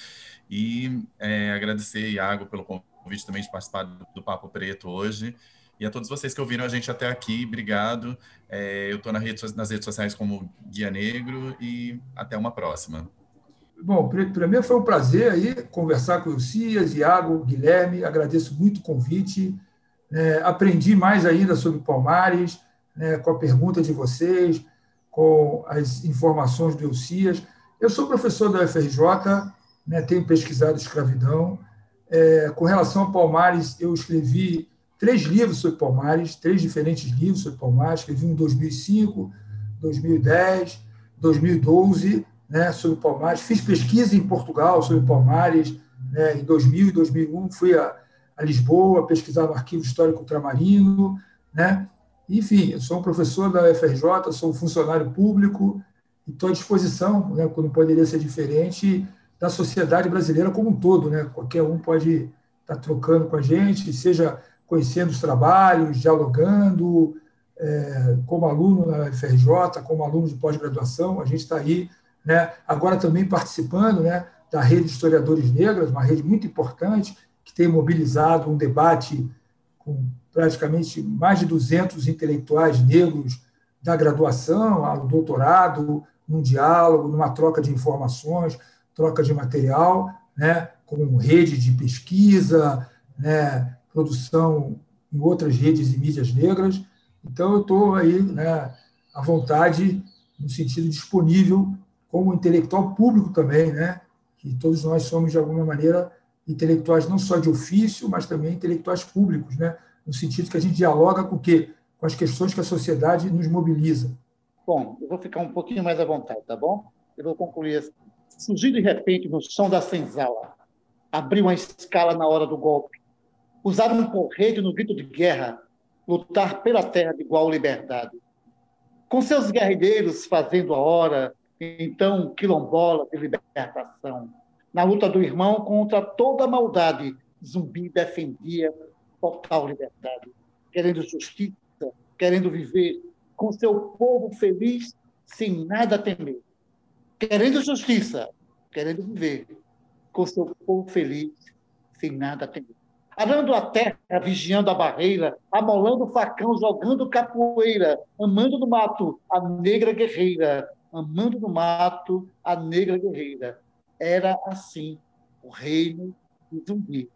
E é, agradecer, Iago, pelo convite também de participar do, do Papo Preto hoje. E a todos vocês que ouviram a gente até aqui, obrigado. É, eu estou na rede, nas redes sociais como Guia Negro e até uma próxima. Bom, para mim foi um prazer aí conversar com o Elcias, Iago, Guilherme. Agradeço muito o convite. É, aprendi mais ainda sobre Palmares, né, com a pergunta de vocês, com as informações do Elcias. Eu sou professor da U F R J, né, tenho pesquisado escravidão. É, com relação a Palmares, eu escrevi três livros sobre Palmares, três diferentes livros sobre Palmares. Escrevi um em dois mil e cinco, dois mil e dez, dois mil e doze, né, sobre Palmares. Fiz pesquisa em Portugal sobre Palmares, né, em dois mil e dois mil e um. Fui a a Lisboa, pesquisar no Arquivo Histórico Ultramarino, né? Enfim, eu sou um professor da U F R J, sou um funcionário público e estou à disposição, né, quando poderia ser diferente, da sociedade brasileira como um todo, né? Qualquer um pode estar trocando com a gente, seja conhecendo os trabalhos, dialogando, é, como aluno na U F R J, como aluno de pós-graduação, a gente está aí, né, agora também participando, né, da Rede de Historiadores Negros, uma rede muito importante, que tem mobilizado um debate com praticamente mais de duzentos intelectuais negros da graduação ao doutorado, num diálogo, numa troca de informações, troca de material, né, com rede de pesquisa, né, produção em outras redes e mídias negras. Então, eu estou aí, né, à vontade, no sentido disponível, como intelectual público também, né, que todos nós somos, de alguma maneira, intelectuais não só de ofício, mas também intelectuais públicos, né? No sentido que a gente dialoga com o quê? Com as questões que a sociedade nos mobiliza. Bom, eu vou ficar um pouquinho mais à vontade, tá bom? Eu vou concluir assim. Surgiu de repente no som da senzala, abriu uma escala na hora do golpe, usaram um porrete no grito de guerra, lutar pela terra de igual liberdade. Com seus guerrilheiros fazendo a hora, então quilombola de libertação. Na luta do irmão contra toda a maldade, Zumbi defendia total liberdade, querendo justiça, querendo viver com seu povo feliz, sem nada temer. Querendo justiça, querendo viver com seu povo feliz, sem nada temer. Arando a terra, vigiando a barreira, amolando o facão, jogando capoeira, amando no mato a negra guerreira, amando no mato a negra guerreira. Era assim o reino de Zumbi.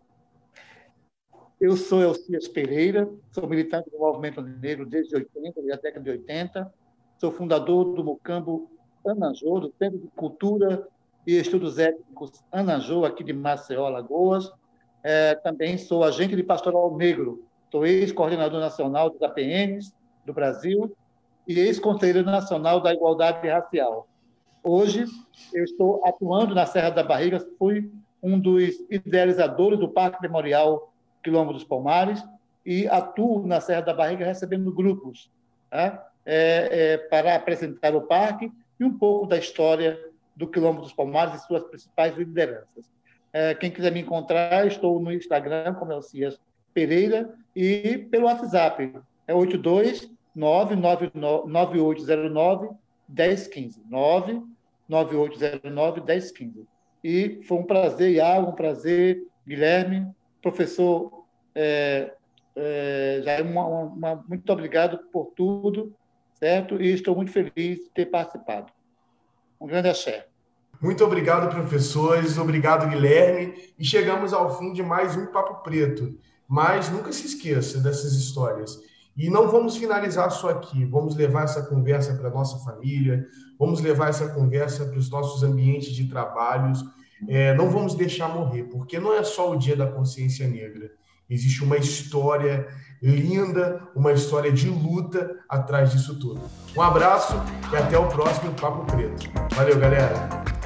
Eu sou Elcias Pereira, sou militante do movimento negro desde oitenta, desde a década de oitenta, sou fundador do Mocambo Anajô, do Centro de Cultura e Estudos Étnicos Anajô, aqui de Maceió, Alagoas. É, também sou agente de pastoral negro, sou ex-coordenador nacional dos A P Ns do Brasil e ex-conselheiro nacional da igualdade racial. Hoje, eu estou atuando na Serra da Barriga, fui um dos idealizadores do Parque Memorial Quilombo dos Palmares e atuo na Serra da Barriga recebendo grupos, tá? é, é, para apresentar o parque e um pouco da história do Quilombo dos Palmares e suas principais lideranças. É, quem quiser me encontrar, estou no Instagram como Elcias Pereira e pelo WhatsApp, é oito dois nove nove oito zero nove um zero um cinco, nove nove oito zero nove um zero um cinco. E foi um prazer, Iago, um prazer, Guilherme, professor, é, é, já uma, uma, muito obrigado por tudo, certo? E estou muito feliz de ter participado. Um grande axé. Muito obrigado, professores, obrigado, Guilherme, e chegamos ao fim de mais um Papo Preto, mas nunca se esqueça dessas histórias. E não vamos finalizar só aqui, vamos levar essa conversa para a nossa família, vamos levar essa conversa para os nossos ambientes de trabalhos, é, não vamos deixar morrer, porque não é só o Dia da Consciência Negra. Existe uma história linda, uma história de luta atrás disso tudo. Um abraço e até o próximo Papo Preto. Valeu, galera!